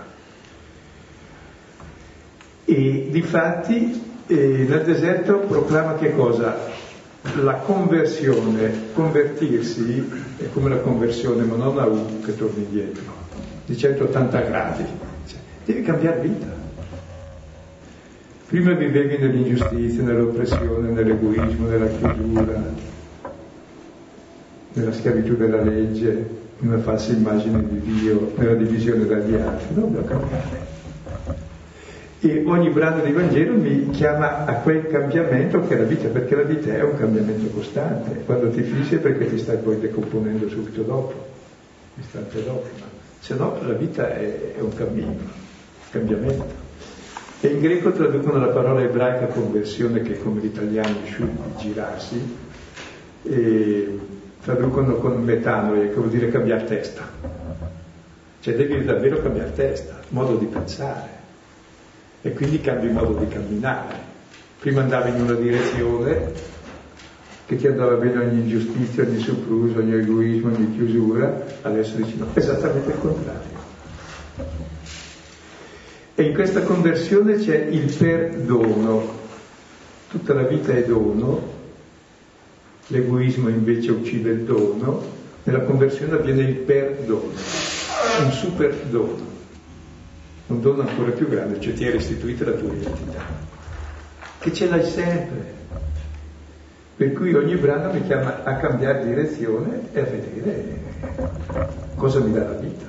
E difatti nel deserto proclama che cosa? La conversione. Convertirsi è come la conversione, ma non a U che torni indietro, di 180 gradi. Cioè, devi cambiare vita. Prima vivevi nell'ingiustizia, nell'oppressione, nell'egoismo, nella chiusura, nella schiavitù della legge, in una falsa immagine di Dio, nella divisione dagli altri. No, dobbiamo cambiare. E ogni brano di Vangelo mi chiama a quel cambiamento che è la vita, perché la vita è un cambiamento costante. Quando ti fissi è perché ti stai poi decomponendo subito dopo. l'istante dopo, ma se no la vita è un cammino, un cambiamento. E in greco traducono la parola ebraica conversione, che è come l'italiano girarsi, e traducono con metanoia, che vuol dire cambiare testa. Cioè devi davvero cambiare testa, modo di pensare, e quindi cambi modo di camminare. Prima andavi in una direzione che ti andava bene ogni ingiustizia, ogni sopruso, ogni egoismo, ogni chiusura, adesso dici no, esattamente il contrario. E in questa conversione c'è il perdono. Tutta la vita è dono, l'egoismo invece uccide il dono, nella conversione avviene il perdono, un super dono, un dono ancora più grande, cioè ti è restituita la tua identità, che ce l'hai sempre. Per cui ogni brano mi chiama a cambiare direzione e a vedere cosa mi dà la vita.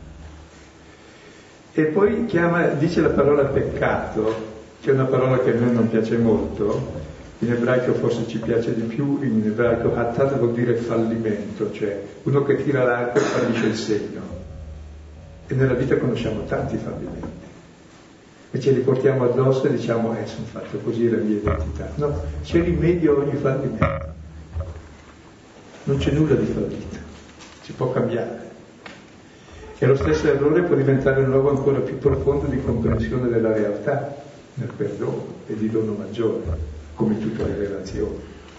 E poi dice la parola peccato, che è una parola che a noi non piace molto, in ebraico forse ci piace di più, in ebraico hatat vuol dire fallimento, cioè uno che tira l'arco e fallisce il segno. E nella vita conosciamo tanti fallimenti. E ce li portiamo addosso e diciamo, sono fatto così, è la mia identità. No, c'è rimedio a ogni fallimento. Non c'è nulla di fallito, si può cambiare. E lo stesso errore può diventare un luogo ancora più profondo di comprensione della realtà, nel perdono e di dono maggiore, come in tutte le relazioni.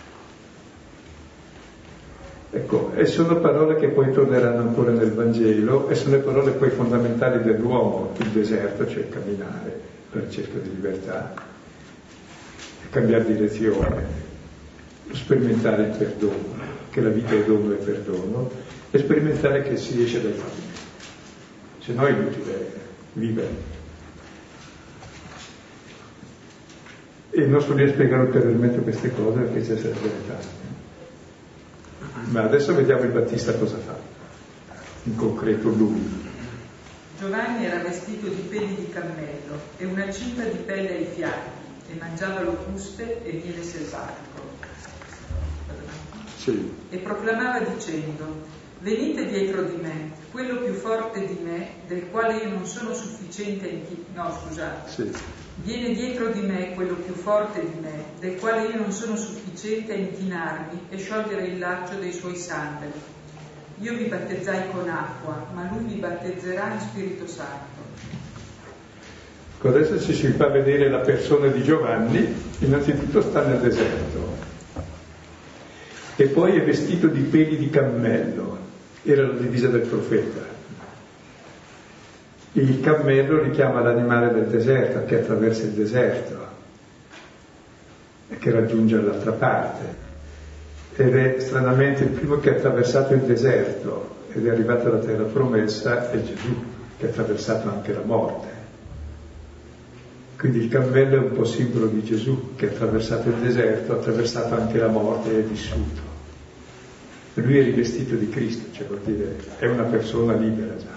Ecco, e sono parole che poi torneranno ancora nel Vangelo, e sono le parole poi fondamentali dell'uomo, il deserto, cioè camminare per ricerca di libertà, cambiare direzione, sperimentare il perdono, che la vita è dono e perdono, e sperimentare che si esce dai fallimenti. Se no è inutile vivere. E non sto lì a spiegare ulteriormente queste cose perché c'è sempre tanto. Ma adesso vediamo il Battista cosa fa. In concreto lui. Giovanni era vestito di peli di cammello e una cinta di pelle ai fianchi e mangiava locuste e miele selvatico. Sì. E proclamava dicendo: venite dietro di me, quello più forte di me, del quale io non sono sufficiente Viene dietro di me quello più forte di me, del quale io non sono sufficiente a inchinarmi e sciogliere il laccio dei suoi sandali. Io vi battezzai con acqua, ma lui vi battezzerà in Spirito Santo. Adesso ci si fa vedere la persona di Giovanni. Innanzitutto sta nel deserto e poi è vestito di peli di cammello, era la divisa del profeta. Il cammello richiama l'animale del deserto che attraversa il deserto e che raggiunge l'altra parte, ed è stranamente il primo che ha attraversato il deserto ed è arrivato alla terra promessa è Gesù, che ha attraversato anche la morte. Quindi il cammello è un po' simbolo di Gesù, che ha attraversato il deserto, ha attraversato anche la morte e è vissuto. E lui è rivestito di Cristo, cioè vuol dire è una persona libera già.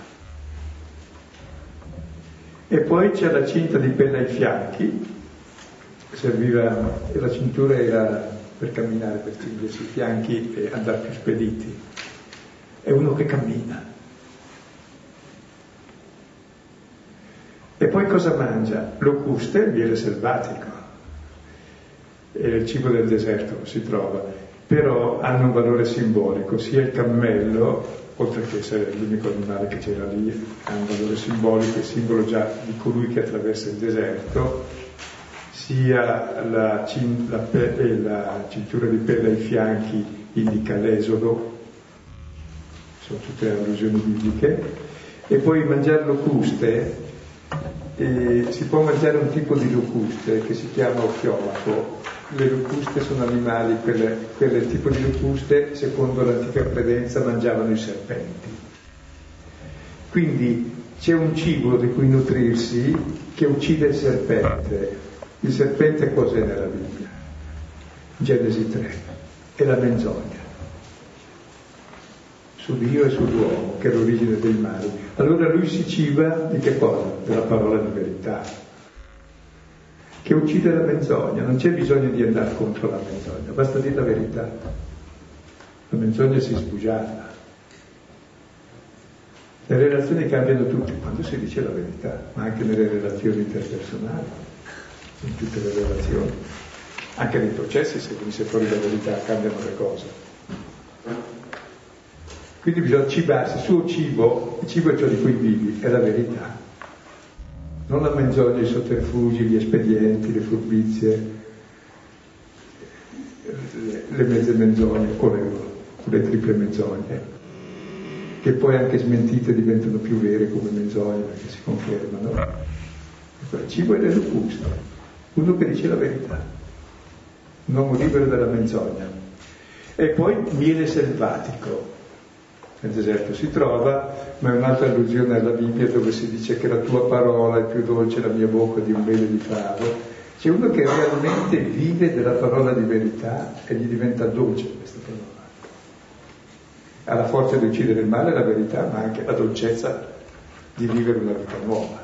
E poi c'è la cinta di pelle ai fianchi, serviva, e la cintura era per camminare, per stringersi i fianchi e andare più spediti. È uno che cammina. E poi cosa mangia? Locuste, il miele selvatico, è il cibo del deserto che si trova, però hanno un valore simbolico, sia il cammello, oltre che essere l'unico animale che c'era lì, ha un valore simbolico, è simbolo già di colui che attraversa il deserto, sia la cintura di pelle ai fianchi indica l'esodo, sono tutte allusioni bibliche, e poi mangiare locuste. Si può mangiare un tipo di locuste che si chiama ochiomaco. Le locuste sono animali, quel tipo di locuste secondo l'antica credenza mangiavano i serpenti. Quindi c'è un cibo di cui nutrirsi che uccide il serpente. Il serpente cos'è nella Bibbia? Genesi 3, è la menzogna su Dio e sull'uomo, che è l'origine dei mali. Allora lui si ciba di che cosa? Della parola di verità, che uccide la menzogna. Non c'è bisogno di andare contro la menzogna, basta dire la verità. La menzogna si sbugiarda. Le relazioni cambiano tutte quando si dice la verità, ma anche nelle relazioni interpersonali, in tutte le relazioni. Anche nei processi, se venisse fuori la verità, cambiano le cose. Quindi bisogna cibarsi. Il suo cibo, il cibo è ciò di cui vivi, è la verità. Non la menzogna, i sotterfugi, gli espedienti, le furbizie, le mezze menzogne o le triple menzogne, che poi anche smentite diventano più vere come menzogne perché si confermano. Il cibo è l'elocusto, uno che dice la verità, un uomo libero dalla menzogna. E poi miele selvatico. Nel deserto si trova, ma è un'altra allusione alla Bibbia dove si dice che la tua parola è più dolce la mia bocca di un miele di favo. C'è uno che realmente vive della parola di verità e gli diventa dolce questa parola. Ha la forza di uccidere il male, la verità, ma anche la dolcezza di vivere una vita nuova.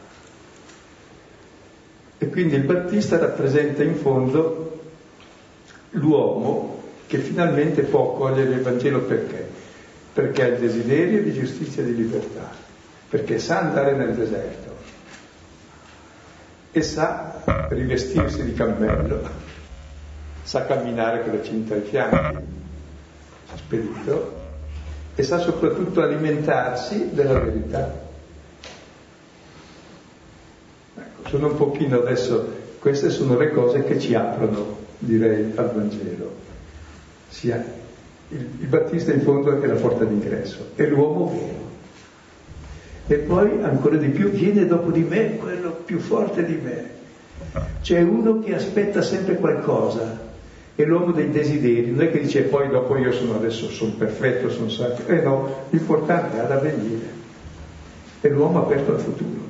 E quindi il Battista rappresenta in fondo l'uomo che finalmente può cogliere il Vangelo perché? Perché ha il desiderio di giustizia e di libertà, perché sa andare nel deserto e sa rivestirsi di cammello, sa camminare con la cinta ai fianchi, spedito, e sa soprattutto alimentarsi della verità. Ecco, sono un pochino adesso, queste sono le cose che ci aprono, direi, al Vangelo. Il Battista in fondo è la porta d'ingresso, è l'uomo vero. E poi ancora di più viene dopo di me quello più forte di me. C'è uno che aspetta sempre qualcosa, è l'uomo dei desideri, non è che dice poi dopo io sono perfetto, sono sacro. No, l'importante è ad avvenire. È l'uomo aperto al futuro.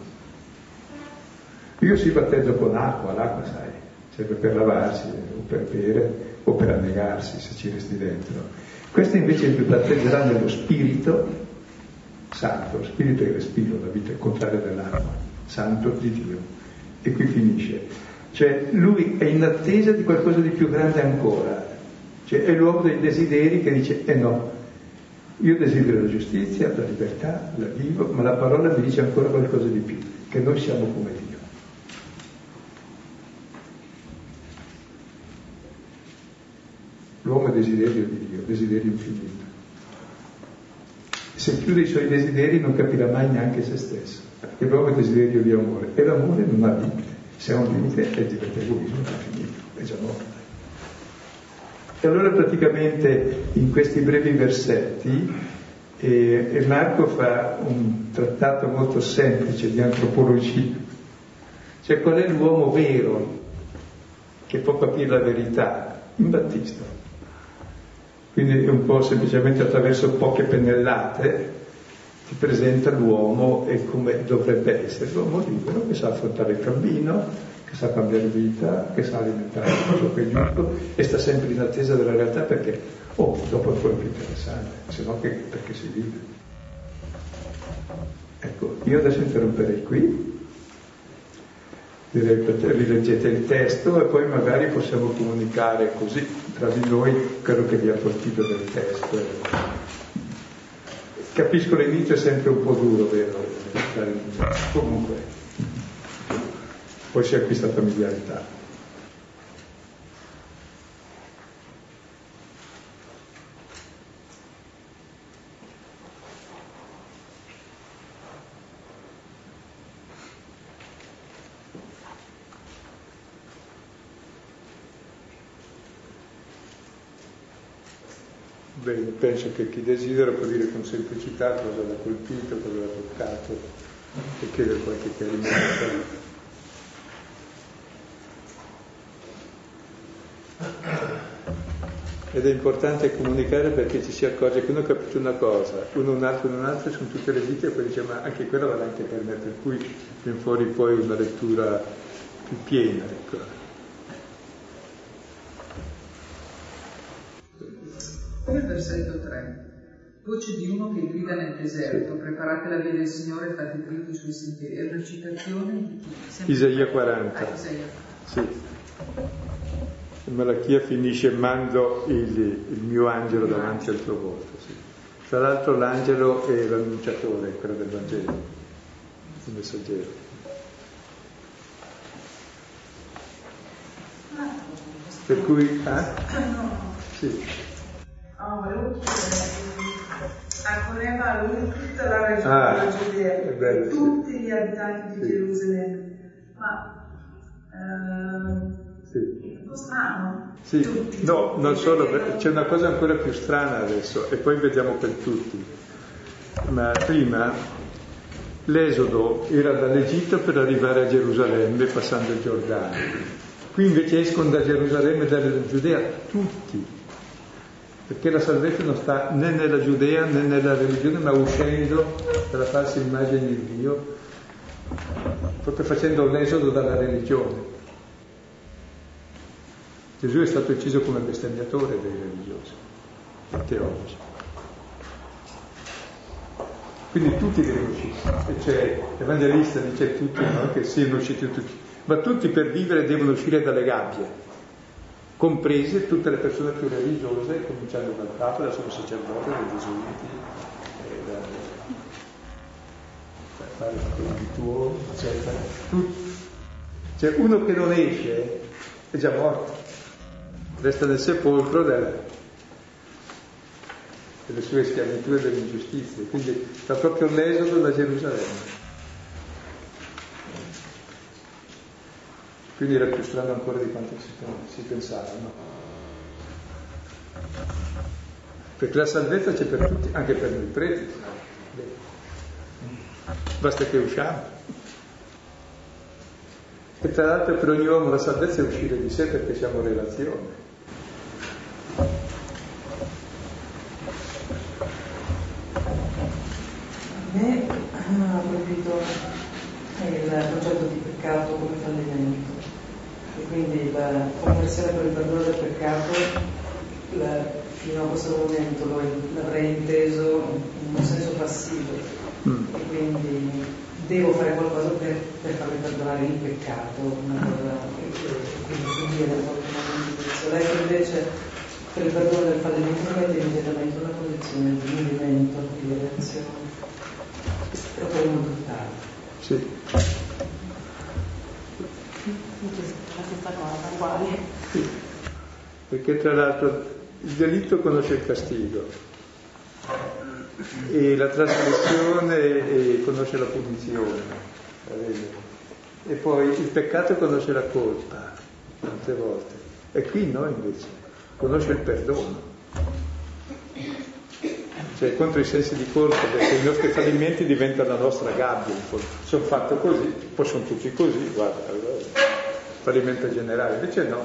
Io si battezzo con acqua, l'acqua sai, serve per lavarsi, o per bere, o per annegarsi se ci resti dentro. Questo invece vi battezgerà nello Spirito Santo, lo Spirito è il respiro, la vita è il contrario dell'acqua, Santo di Dio. E qui finisce. Cioè lui è in attesa di qualcosa di più grande ancora. Cioè è l'uomo dei desideri che dice, no, io desidero la giustizia, la libertà, la vivo, ma la parola mi dice ancora qualcosa di più, che noi siamo come Dio. L'uomo è desiderio di Dio, desiderio infinito. Se chiude i suoi desideri non capirà mai neanche se stesso, perché l'uomo è desiderio di amore, e l'amore non ha limite. Se ha un limite è diventa egoismo, è finito, è già morto. E allora praticamente in questi brevi versetti Marco fa un trattato molto semplice di antropologia. Cioè qual è l'uomo vero che può capire la verità? In Battista. Quindi un po' semplicemente attraverso poche pennellate ti presenta l'uomo e come dovrebbe essere, l'uomo libero che sa affrontare il cammino, che sa cambiare vita, che sa alimentare ciò che è giusto e sta sempre in attesa della realtà perché dopo è ancora più interessante, se no perché si vive. Ecco, io adesso interromperei qui, direi che rileggete il testo e poi magari possiamo comunicare così tra di noi quello che vi ha colpito del testo. Capisco l'inizio è sempre un po' duro, vero? Comunque, poi si acquista familiarità. Bene, penso che chi desidera può dire con semplicità cosa l'ha colpito, cosa l'ha toccato e chiedere qualche chiarimento. Ed è importante comunicare perché ci si accorge che uno ha capito una cosa, uno un altro, sono tutte le vite e poi dice ma anche quella vale anche per me, per cui viene fuori poi una lettura più piena, ecco. Come il versetto 3, voce di uno che grida nel deserto, preparate la via del Signore, fate dritti i suoi sentieri. È una citazione di chi? Isaia 40. Isaia. Sì. Malachia finisce mando il mio angelo davanti al tuo volto. Sì. Tra l'altro l'angelo è l'annunciatore, quello del Vangelo, il messaggero. Per cui, Sì. Volevo chiedere, accorreva a lui tutta la regione della Giudea, tutti gli abitanti di Gerusalemme, ma un po' strano. Sì, tutti, no, non solo, c'è una cosa ancora più strana adesso, e poi vediamo per tutti. Ma prima l'esodo era dall'Egitto per arrivare a Gerusalemme passando il Giordano. Qui invece escono da Gerusalemme e dalla Giudea tutti, perché la salvezza non sta né nella Giudea né nella religione, ma uscendo dalla falsa immagine di Dio, proprio facendo l'esodo dalla religione. Gesù è stato ucciso come bestemmiatore dei religiosi, dei teologi. Quindi tutti devono uscire. E c'è l'Evangelista dice tutti, no? Che siano usciti tutti. Ma tutti per vivere devono uscire dalle gabbie, comprese tutte le persone più religiose, cominciando dal Papa, dal sommo sacerdote, dai gesuiti, fare il tuo, eccetera. Tutti. Cioè uno che non esce è già morto. Resta nel sepolcro delle sue schiavitù e delle ingiustizie, quindi fa proprio l'esodo da Gerusalemme. Quindi era più strano ancora di quanto si pensava, no? Perché la salvezza c'è per tutti, anche per noi preti. Basta che usciamo. E tra l'altro per ogni uomo la salvezza è uscire di sé, perché siamo relazione. A me ha colpito il concetto di peccato come fallimento, e quindi la conversione per il perdono del peccato fino a questo momento l'avrei inteso in un senso passivo, e quindi devo fare qualcosa per farmi perdonare il peccato, una cosa quindi subire qualche momento di lei invece per il perdono del fallimento mette immediatamente una posizione di movimento, di reazione. Lo potremmo buttare. Sì. La stessa cosa, uguale. Sì. Perché tra l'altro il delitto conosce il castigo e la trasgressione conosce la punizione, e poi il peccato conosce la colpa tante volte, e qui no, invece conosce il perdono. Cioè contro i sensi di colpa, perché i nostri fallimenti diventano la nostra gabbia. Sono fatto così, poi sono tutti così, guarda, fallimento generale. Invece no,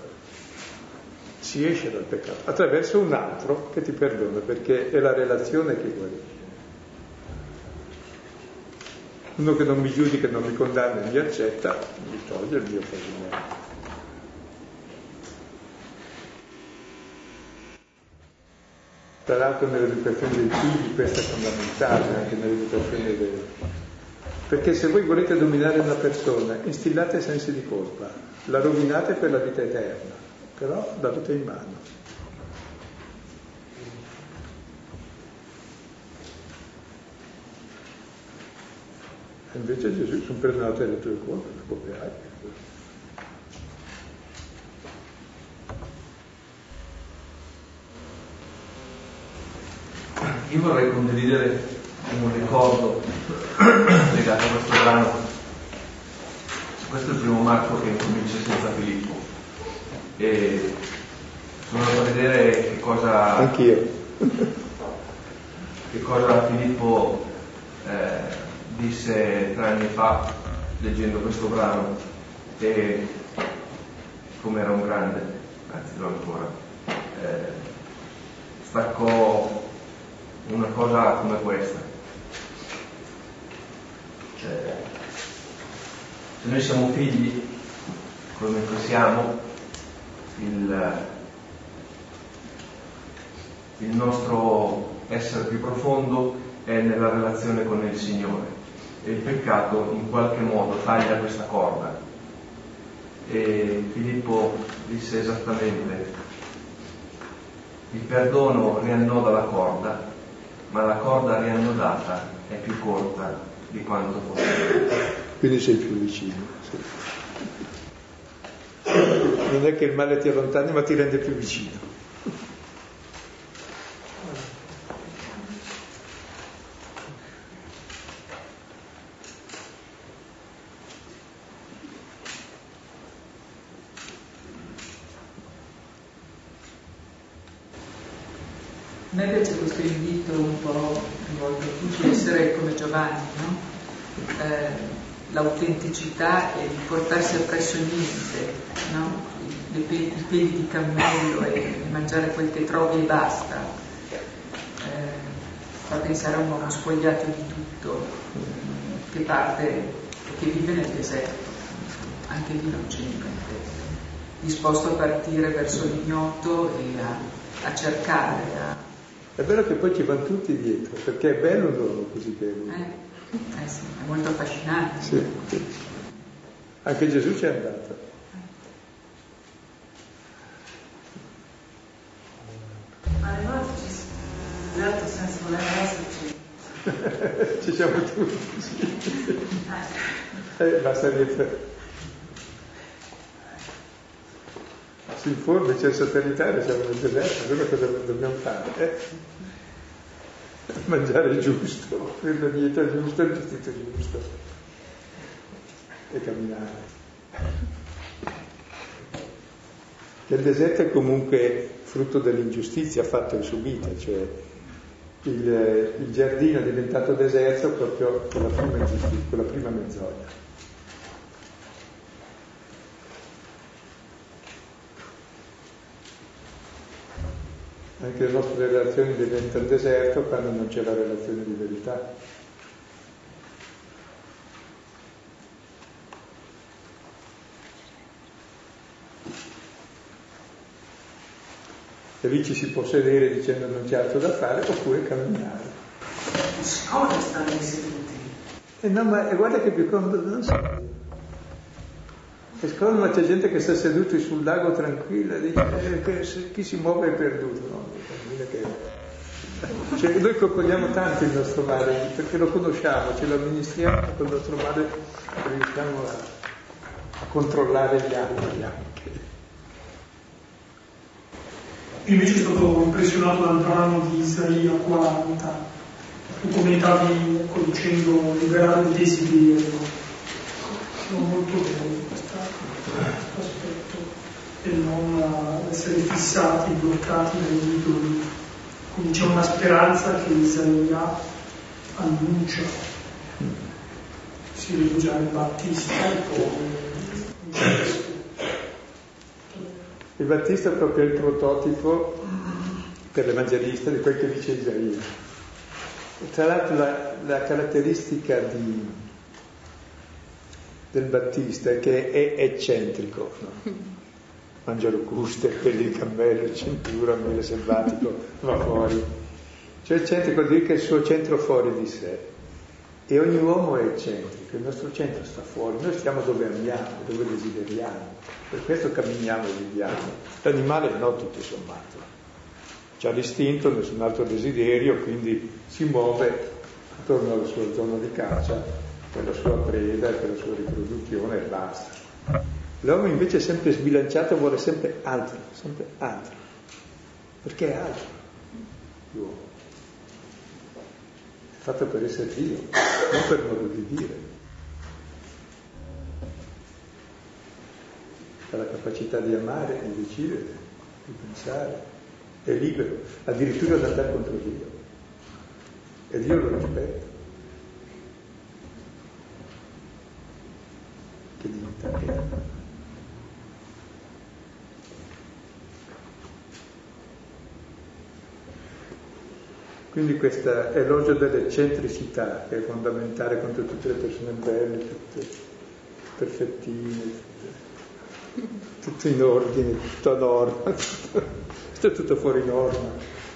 si esce dal peccato attraverso un altro che ti perdona, perché è la relazione che guarisce. Uno che non mi giudica, non mi condanna e mi accetta, mi toglie il mio fallimento. Tra l'altro nell'educazione dei figli questo è fondamentale, anche nell'educazione perché se voi volete dominare una persona, instillate sensi di colpa, la rovinate per la vita eterna, però l'avete in mano. E invece Gesù, sono perdonate le tue colpe, le colpe hai. Io vorrei condividere un ricordo legato a questo brano. Questo è il primo Marco che comincia senza Filippo, e sono andato a vedere che cosa Anch'io. Che cosa Filippo disse 3 anni fa leggendo questo brano, e come era un grande, anzi lo ancora, staccò una cosa come questa. Se noi siamo figli, come siamo, il nostro essere più profondo è nella relazione con il Signore, e il peccato in qualche modo taglia questa corda. E Filippo disse esattamente: il perdono riannoda la corda, ma la corda riannodata è più corta di quanto fosse. Quindi sei più vicino. Sì. Non è che il male ti allontani, ma ti rende più vicino. A me piace questo invito un po' rivolto a tutti, essere come Giovanni, no? L'autenticità e il portarsi appresso niente, no? I piedi di cammello e mangiare quel che trovi e basta. Fa pensare a un uomo spogliato di tutto, che parte e che vive nel deserto, anche lì non c'è niente, disposto a partire verso l'ignoto e a cercare, È vero che poi ci vanno tutti dietro, perché è bello un uomo così bello. Sì, è molto affascinante. Sì. Anche Gesù c'è andato. Ma le volte ci certo senza voler esserci. Ci siamo tutti, sì. Basta dire. Si informa, c'è il satellitare, siamo nel deserto, allora cosa dobbiamo fare? Mangiare giusto, per la dieta giusta, il vestito giusto e camminare. Il deserto è comunque frutto dell'ingiustizia fatta e subita, cioè il giardino è diventato deserto proprio con la prima ingiustizia, con la prima menzogna. Anche le nostre relazioni diventano deserto quando non c'è la relazione di verità. E lì ci si può sedere dicendo non c'è altro da fare, oppure camminare. Scomodo stare seduti. No, ma guarda che più comodo non so. È scomodo, ma c'è gente che sta seduti sul lago tranquilla e dice che chi si muove è perduto, no? Cioè, noi coccoliamo tanto il nostro male perché lo conosciamo, ce lo amministriamo, con il nostro male riusciamo a controllare gli altri anche. Invece sono stato impressionato dal brano di Isaia 40, tu comentavi dicendo liberare il desiderio. Sono molto bello questo aspetto e non essere fissati, bloccati dagli idoli. Quindi c'è una speranza che Isaia annuncia, si vede già il Battista e poi il Battista è proprio il prototipo per l'Evangelista di quel che dice Isaia. E tra l'altro la caratteristica del Battista è che è eccentrico, no? Mangia locuste, pelli di cammello, cintura, miele selvatico, va fuori. Cioè eccentrico vuol dire che è il suo centro fuori di sé. E ogni uomo è eccentrico, il nostro centro sta fuori, noi stiamo dove amiamo, dove desideriamo, per questo camminiamo e viviamo. L'animale no, tutto sommato. C'ha l'istinto, nessun altro desiderio, quindi si muove attorno alla sua zona di caccia, per la sua preda, per la sua riproduzione e basta. L'uomo invece è sempre sbilanciato, vuole sempre altro, perché è altro. L'uomo è fatto per essere Dio, non per modo di dire. Ha la capacità di amare, di decidere, di pensare, è libero, addirittura ad andare contro Dio. E Dio lo rispetta. Che dignità che ha. Quindi questa elogio dell'eccentricità che è fondamentale contro tutte le persone belle, tutte perfettine, tutto in ordine, tutto a norma, è tutto fuori norma.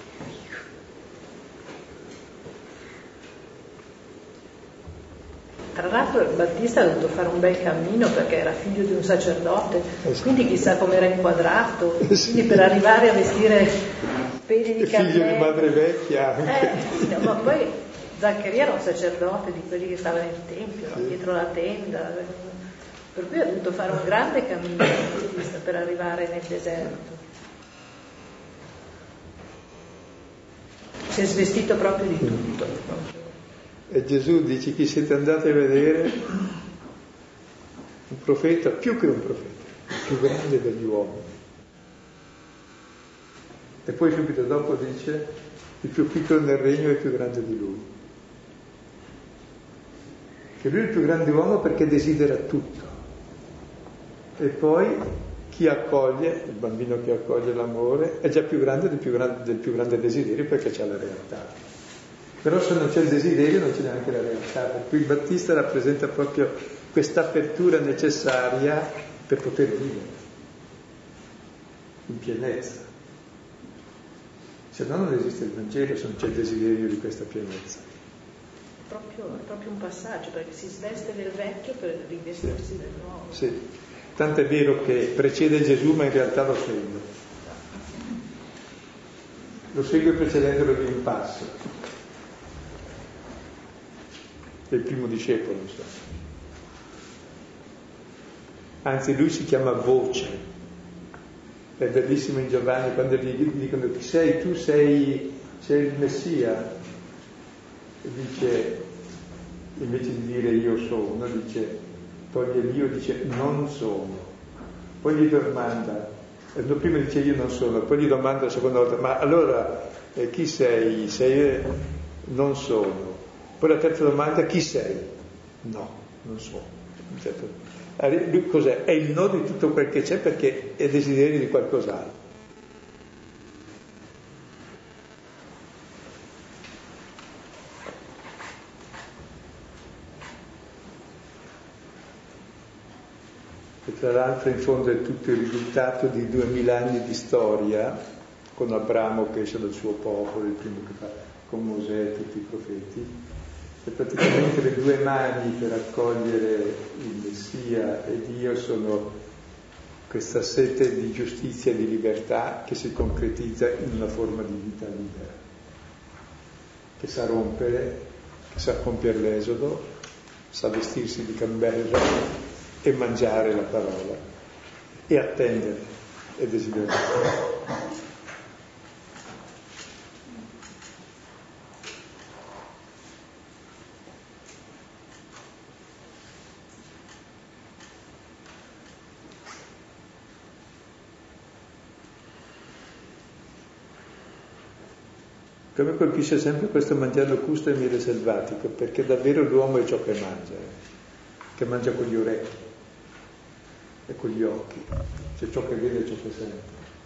Tra l'altro il Battista ha dovuto fare un bel cammino perché era figlio di un sacerdote, quindi chissà come era inquadrato, quindi per arrivare a vestire peli di figlio di madre vecchia anche. Ma poi Zaccaria era un sacerdote di quelli che stavano nel tempio, no? Dietro la tenda, per cui ha dovuto fare un grande cammino per arrivare nel deserto. Si è svestito proprio di tutto. E Gesù dice: chi siete andati a vedere? Un profeta, più che un profeta, il più grande degli uomini. E poi subito dopo dice: il più piccolo nel regno è il più grande di lui. Che lui è il più grande uomo perché desidera tutto. E poi chi accoglie, il bambino che accoglie l'amore, è già più grande del più grande desiderio, perché c'è la realtà. Però se non c'è il desiderio non c'è neanche la realtà, per cui il Battista rappresenta proprio questa apertura necessaria per poter vivere in pienezza. Se no non esiste il Vangelo, se non c'è il desiderio di questa pienezza. È proprio un passaggio, perché si sveste del vecchio per rivestirsi del nuovo. Sì. Tanto è vero che precede Gesù, ma in realtà lo segue. Lo segue precedendolo di un passo. È il primo discepolo, insomma. Anzi, lui si chiama Voce. È bellissimo in Giovanni quando gli dicono: chi sei? Tu sei il Messia. E dice, invece di dire io sono, dice, toglie l'io, dice non sono. Poi gli domanda, prima dice io non sono, poi gli domanda la seconda volta: ma allora chi sei? Sei non sono. Poi la terza domanda: chi sei? No, non sono. Lui cos'è? È il no di tutto quel che c'è, perché è desiderio di qualcos'altro. E tra l'altro in fondo è tutto il risultato di 2000 anni di storia, con Abramo che esce dal suo popolo, il primo che fa, con Mosè e tutti i profeti, e praticamente le due mani per accogliere il Messia e Dio sono questa sete di giustizia e di libertà che si concretizza in una forma di vita libera, che sa rompere, che sa compiere l'esodo, sa vestirsi di cambella e mangiare la parola e attendere e desiderare. Che a me colpisce sempre questo mangiare locusto e miele selvatico, perché davvero l'uomo è ciò che mangia con gli orecchi e con gli occhi, c'è ciò che vede e ciò che sente.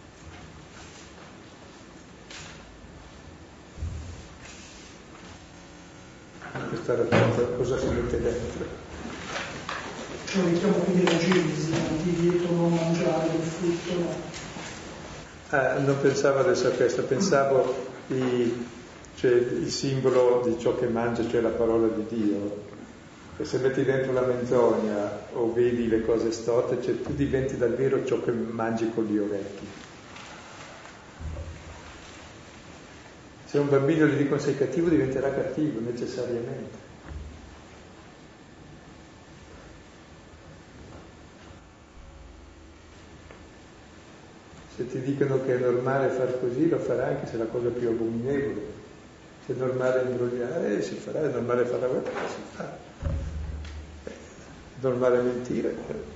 Questa racconta cosa si mette dentro. Cioè mettiamo quindi la Genesi, di dietro non mangiare il frutto, no? Non pensavo adesso a questo, pensavo il simbolo di ciò che mangia, cioè la parola di Dio. E se metti dentro la menzogna o vedi le cose storte, cioè tu diventi davvero ciò che mangi con gli orecchi. Se un bambino gli dicono sei cattivo, diventerà cattivo necessariamente. Se ti dicono che è normale far così, lo farà anche se è la cosa più abominevole. Se è normale imbrogliare, si farà, è normale fare la guerra, si fa. È normale mentire.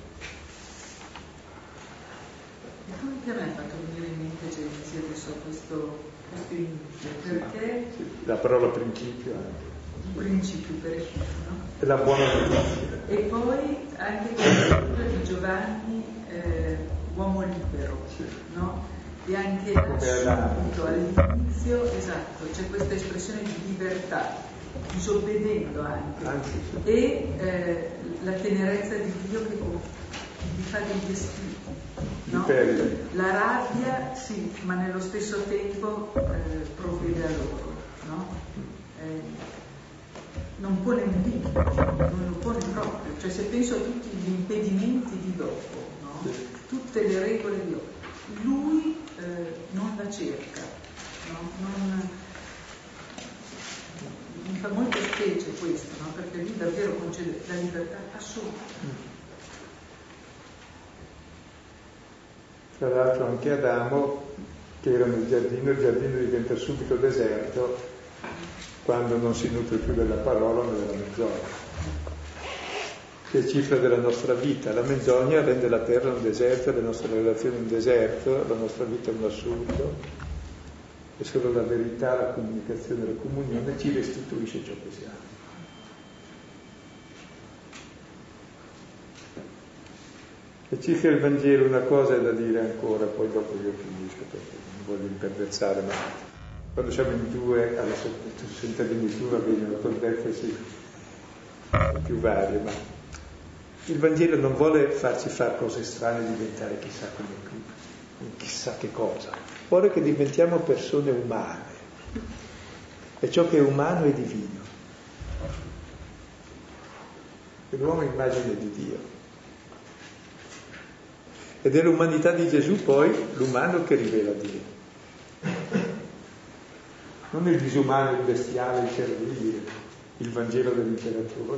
Come che a me ha fatto venire in mente Genesi adesso questo inizio? Perché sì, la parola principio anche. Un principio per esempio, no? È la buona notizia. E poi anche quello di Giovanni, uomo libero, sì. No? E anche appunto all'inizio, esatto, c'è questa espressione di libertà, disobbedendo anche, sì. E la tenerezza di Dio che gli fa dei vestiti, no? La rabbia, sì, ma nello stesso tempo provvede a loro, no? Non pone un limite, non lo pone proprio, cioè se penso a tutti gli impedimenti di dopo, no? Tutte le regole di dopo, lui non la cerca, no? Mi fa molta specie questo, no? Perché lì davvero concede la libertà assoluta. Tra l'altro anche Adamo, che era nel giardino, il giardino diventa subito deserto quando non si nutre più della parola ma della menzogna, che è cifra della nostra vita. La menzogna rende la terra un deserto, le nostre relazioni un deserto, la nostra vita un assurdo, e solo la verità, la comunicazione, la comunione ci restituisce ciò che siamo. E circa il Vangelo una cosa è da dire ancora, poi dopo io finisco perché non voglio imperversare, ma quando siamo in due, alla sentadini tu va bene, la conferenza sì, più varie, ma il Vangelo non vuole farci fare cose strane e diventare chissà che cosa, vuole che diventiamo persone umane, e ciò che è umano è divino, e l'uomo è immagine di Dio. Ed è l'umanità di Gesù poi l'umano che rivela Dio. Non il disumano, il bestiale, il servile, il Vangelo dell'imperatore.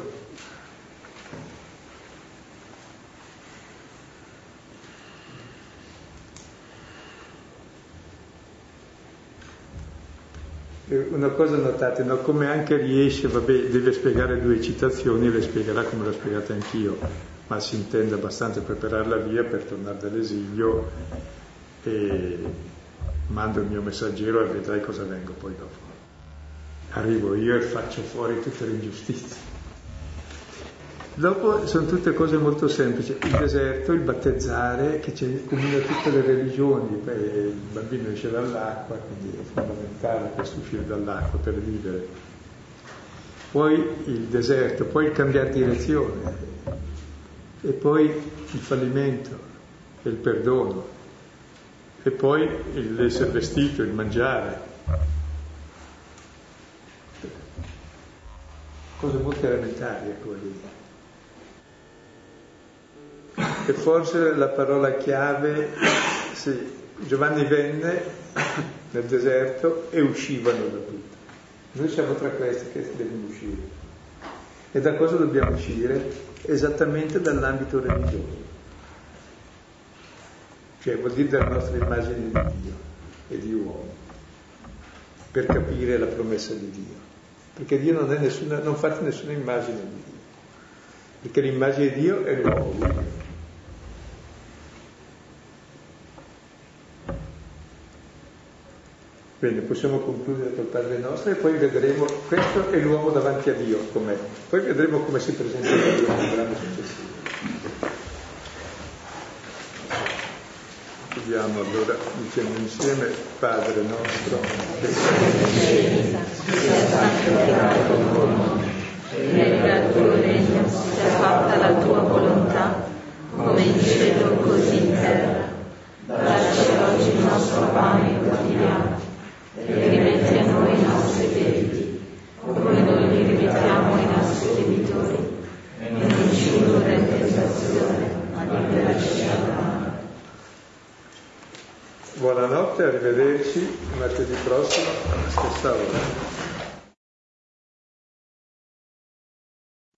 Una cosa notate, no? Come anche riesce, deve spiegare 2 citazioni, le spiegherà come l'ho spiegata anch'io, ma si intende abbastanza prepararla via per tornare dall'esilio, e mando il mio messaggero e vedrai cosa vengo poi dopo. Arrivo io e faccio fuori tutte le ingiustizie. Dopo sono tutte cose molto semplici, il deserto, il battezzare, che ci comuna tutte le religioni. Il bambino esce dall'acqua, quindi è fondamentale questo uscire dall'acqua per vivere. Poi il deserto, poi il cambiare direzione, e poi il fallimento e il perdono, e poi l'essere vestito, il mangiare, cose molto elementari, ecco lì. E forse la parola chiave, sì, Giovanni venne nel deserto e uscivano da tutto. Noi siamo tra questi che devono uscire. E da cosa dobbiamo uscire? Esattamente dall'ambito religioso, cioè vuol dire dalla nostra immagine di Dio e di uomo, per capire la promessa di Dio, perché Dio non è non fate nessuna immagine di Dio, perché l'immagine di Dio è l'uomo. Bene, possiamo concludere col Padre nostro e poi vedremo, questo è l'uomo davanti a Dio com'è, poi vedremo come si presenta Dio nel brano successivo. Chiudiamo allora dicendo insieme: Padre nostro che sei nei cieli, sia santificato il tuo nome, venga il tuo regno, sia fatta la tua volontà, come in cielo così in terra. Dacci oggi il nostro pane quotidiano, e rimetti a noi i nostri debiti, come noi li rimettiamo ai nostri debitori, e non ci indurre in tentazione, ma liberaci dal male. Buonanotte, arrivederci, martedì prossimo alla stessa ora.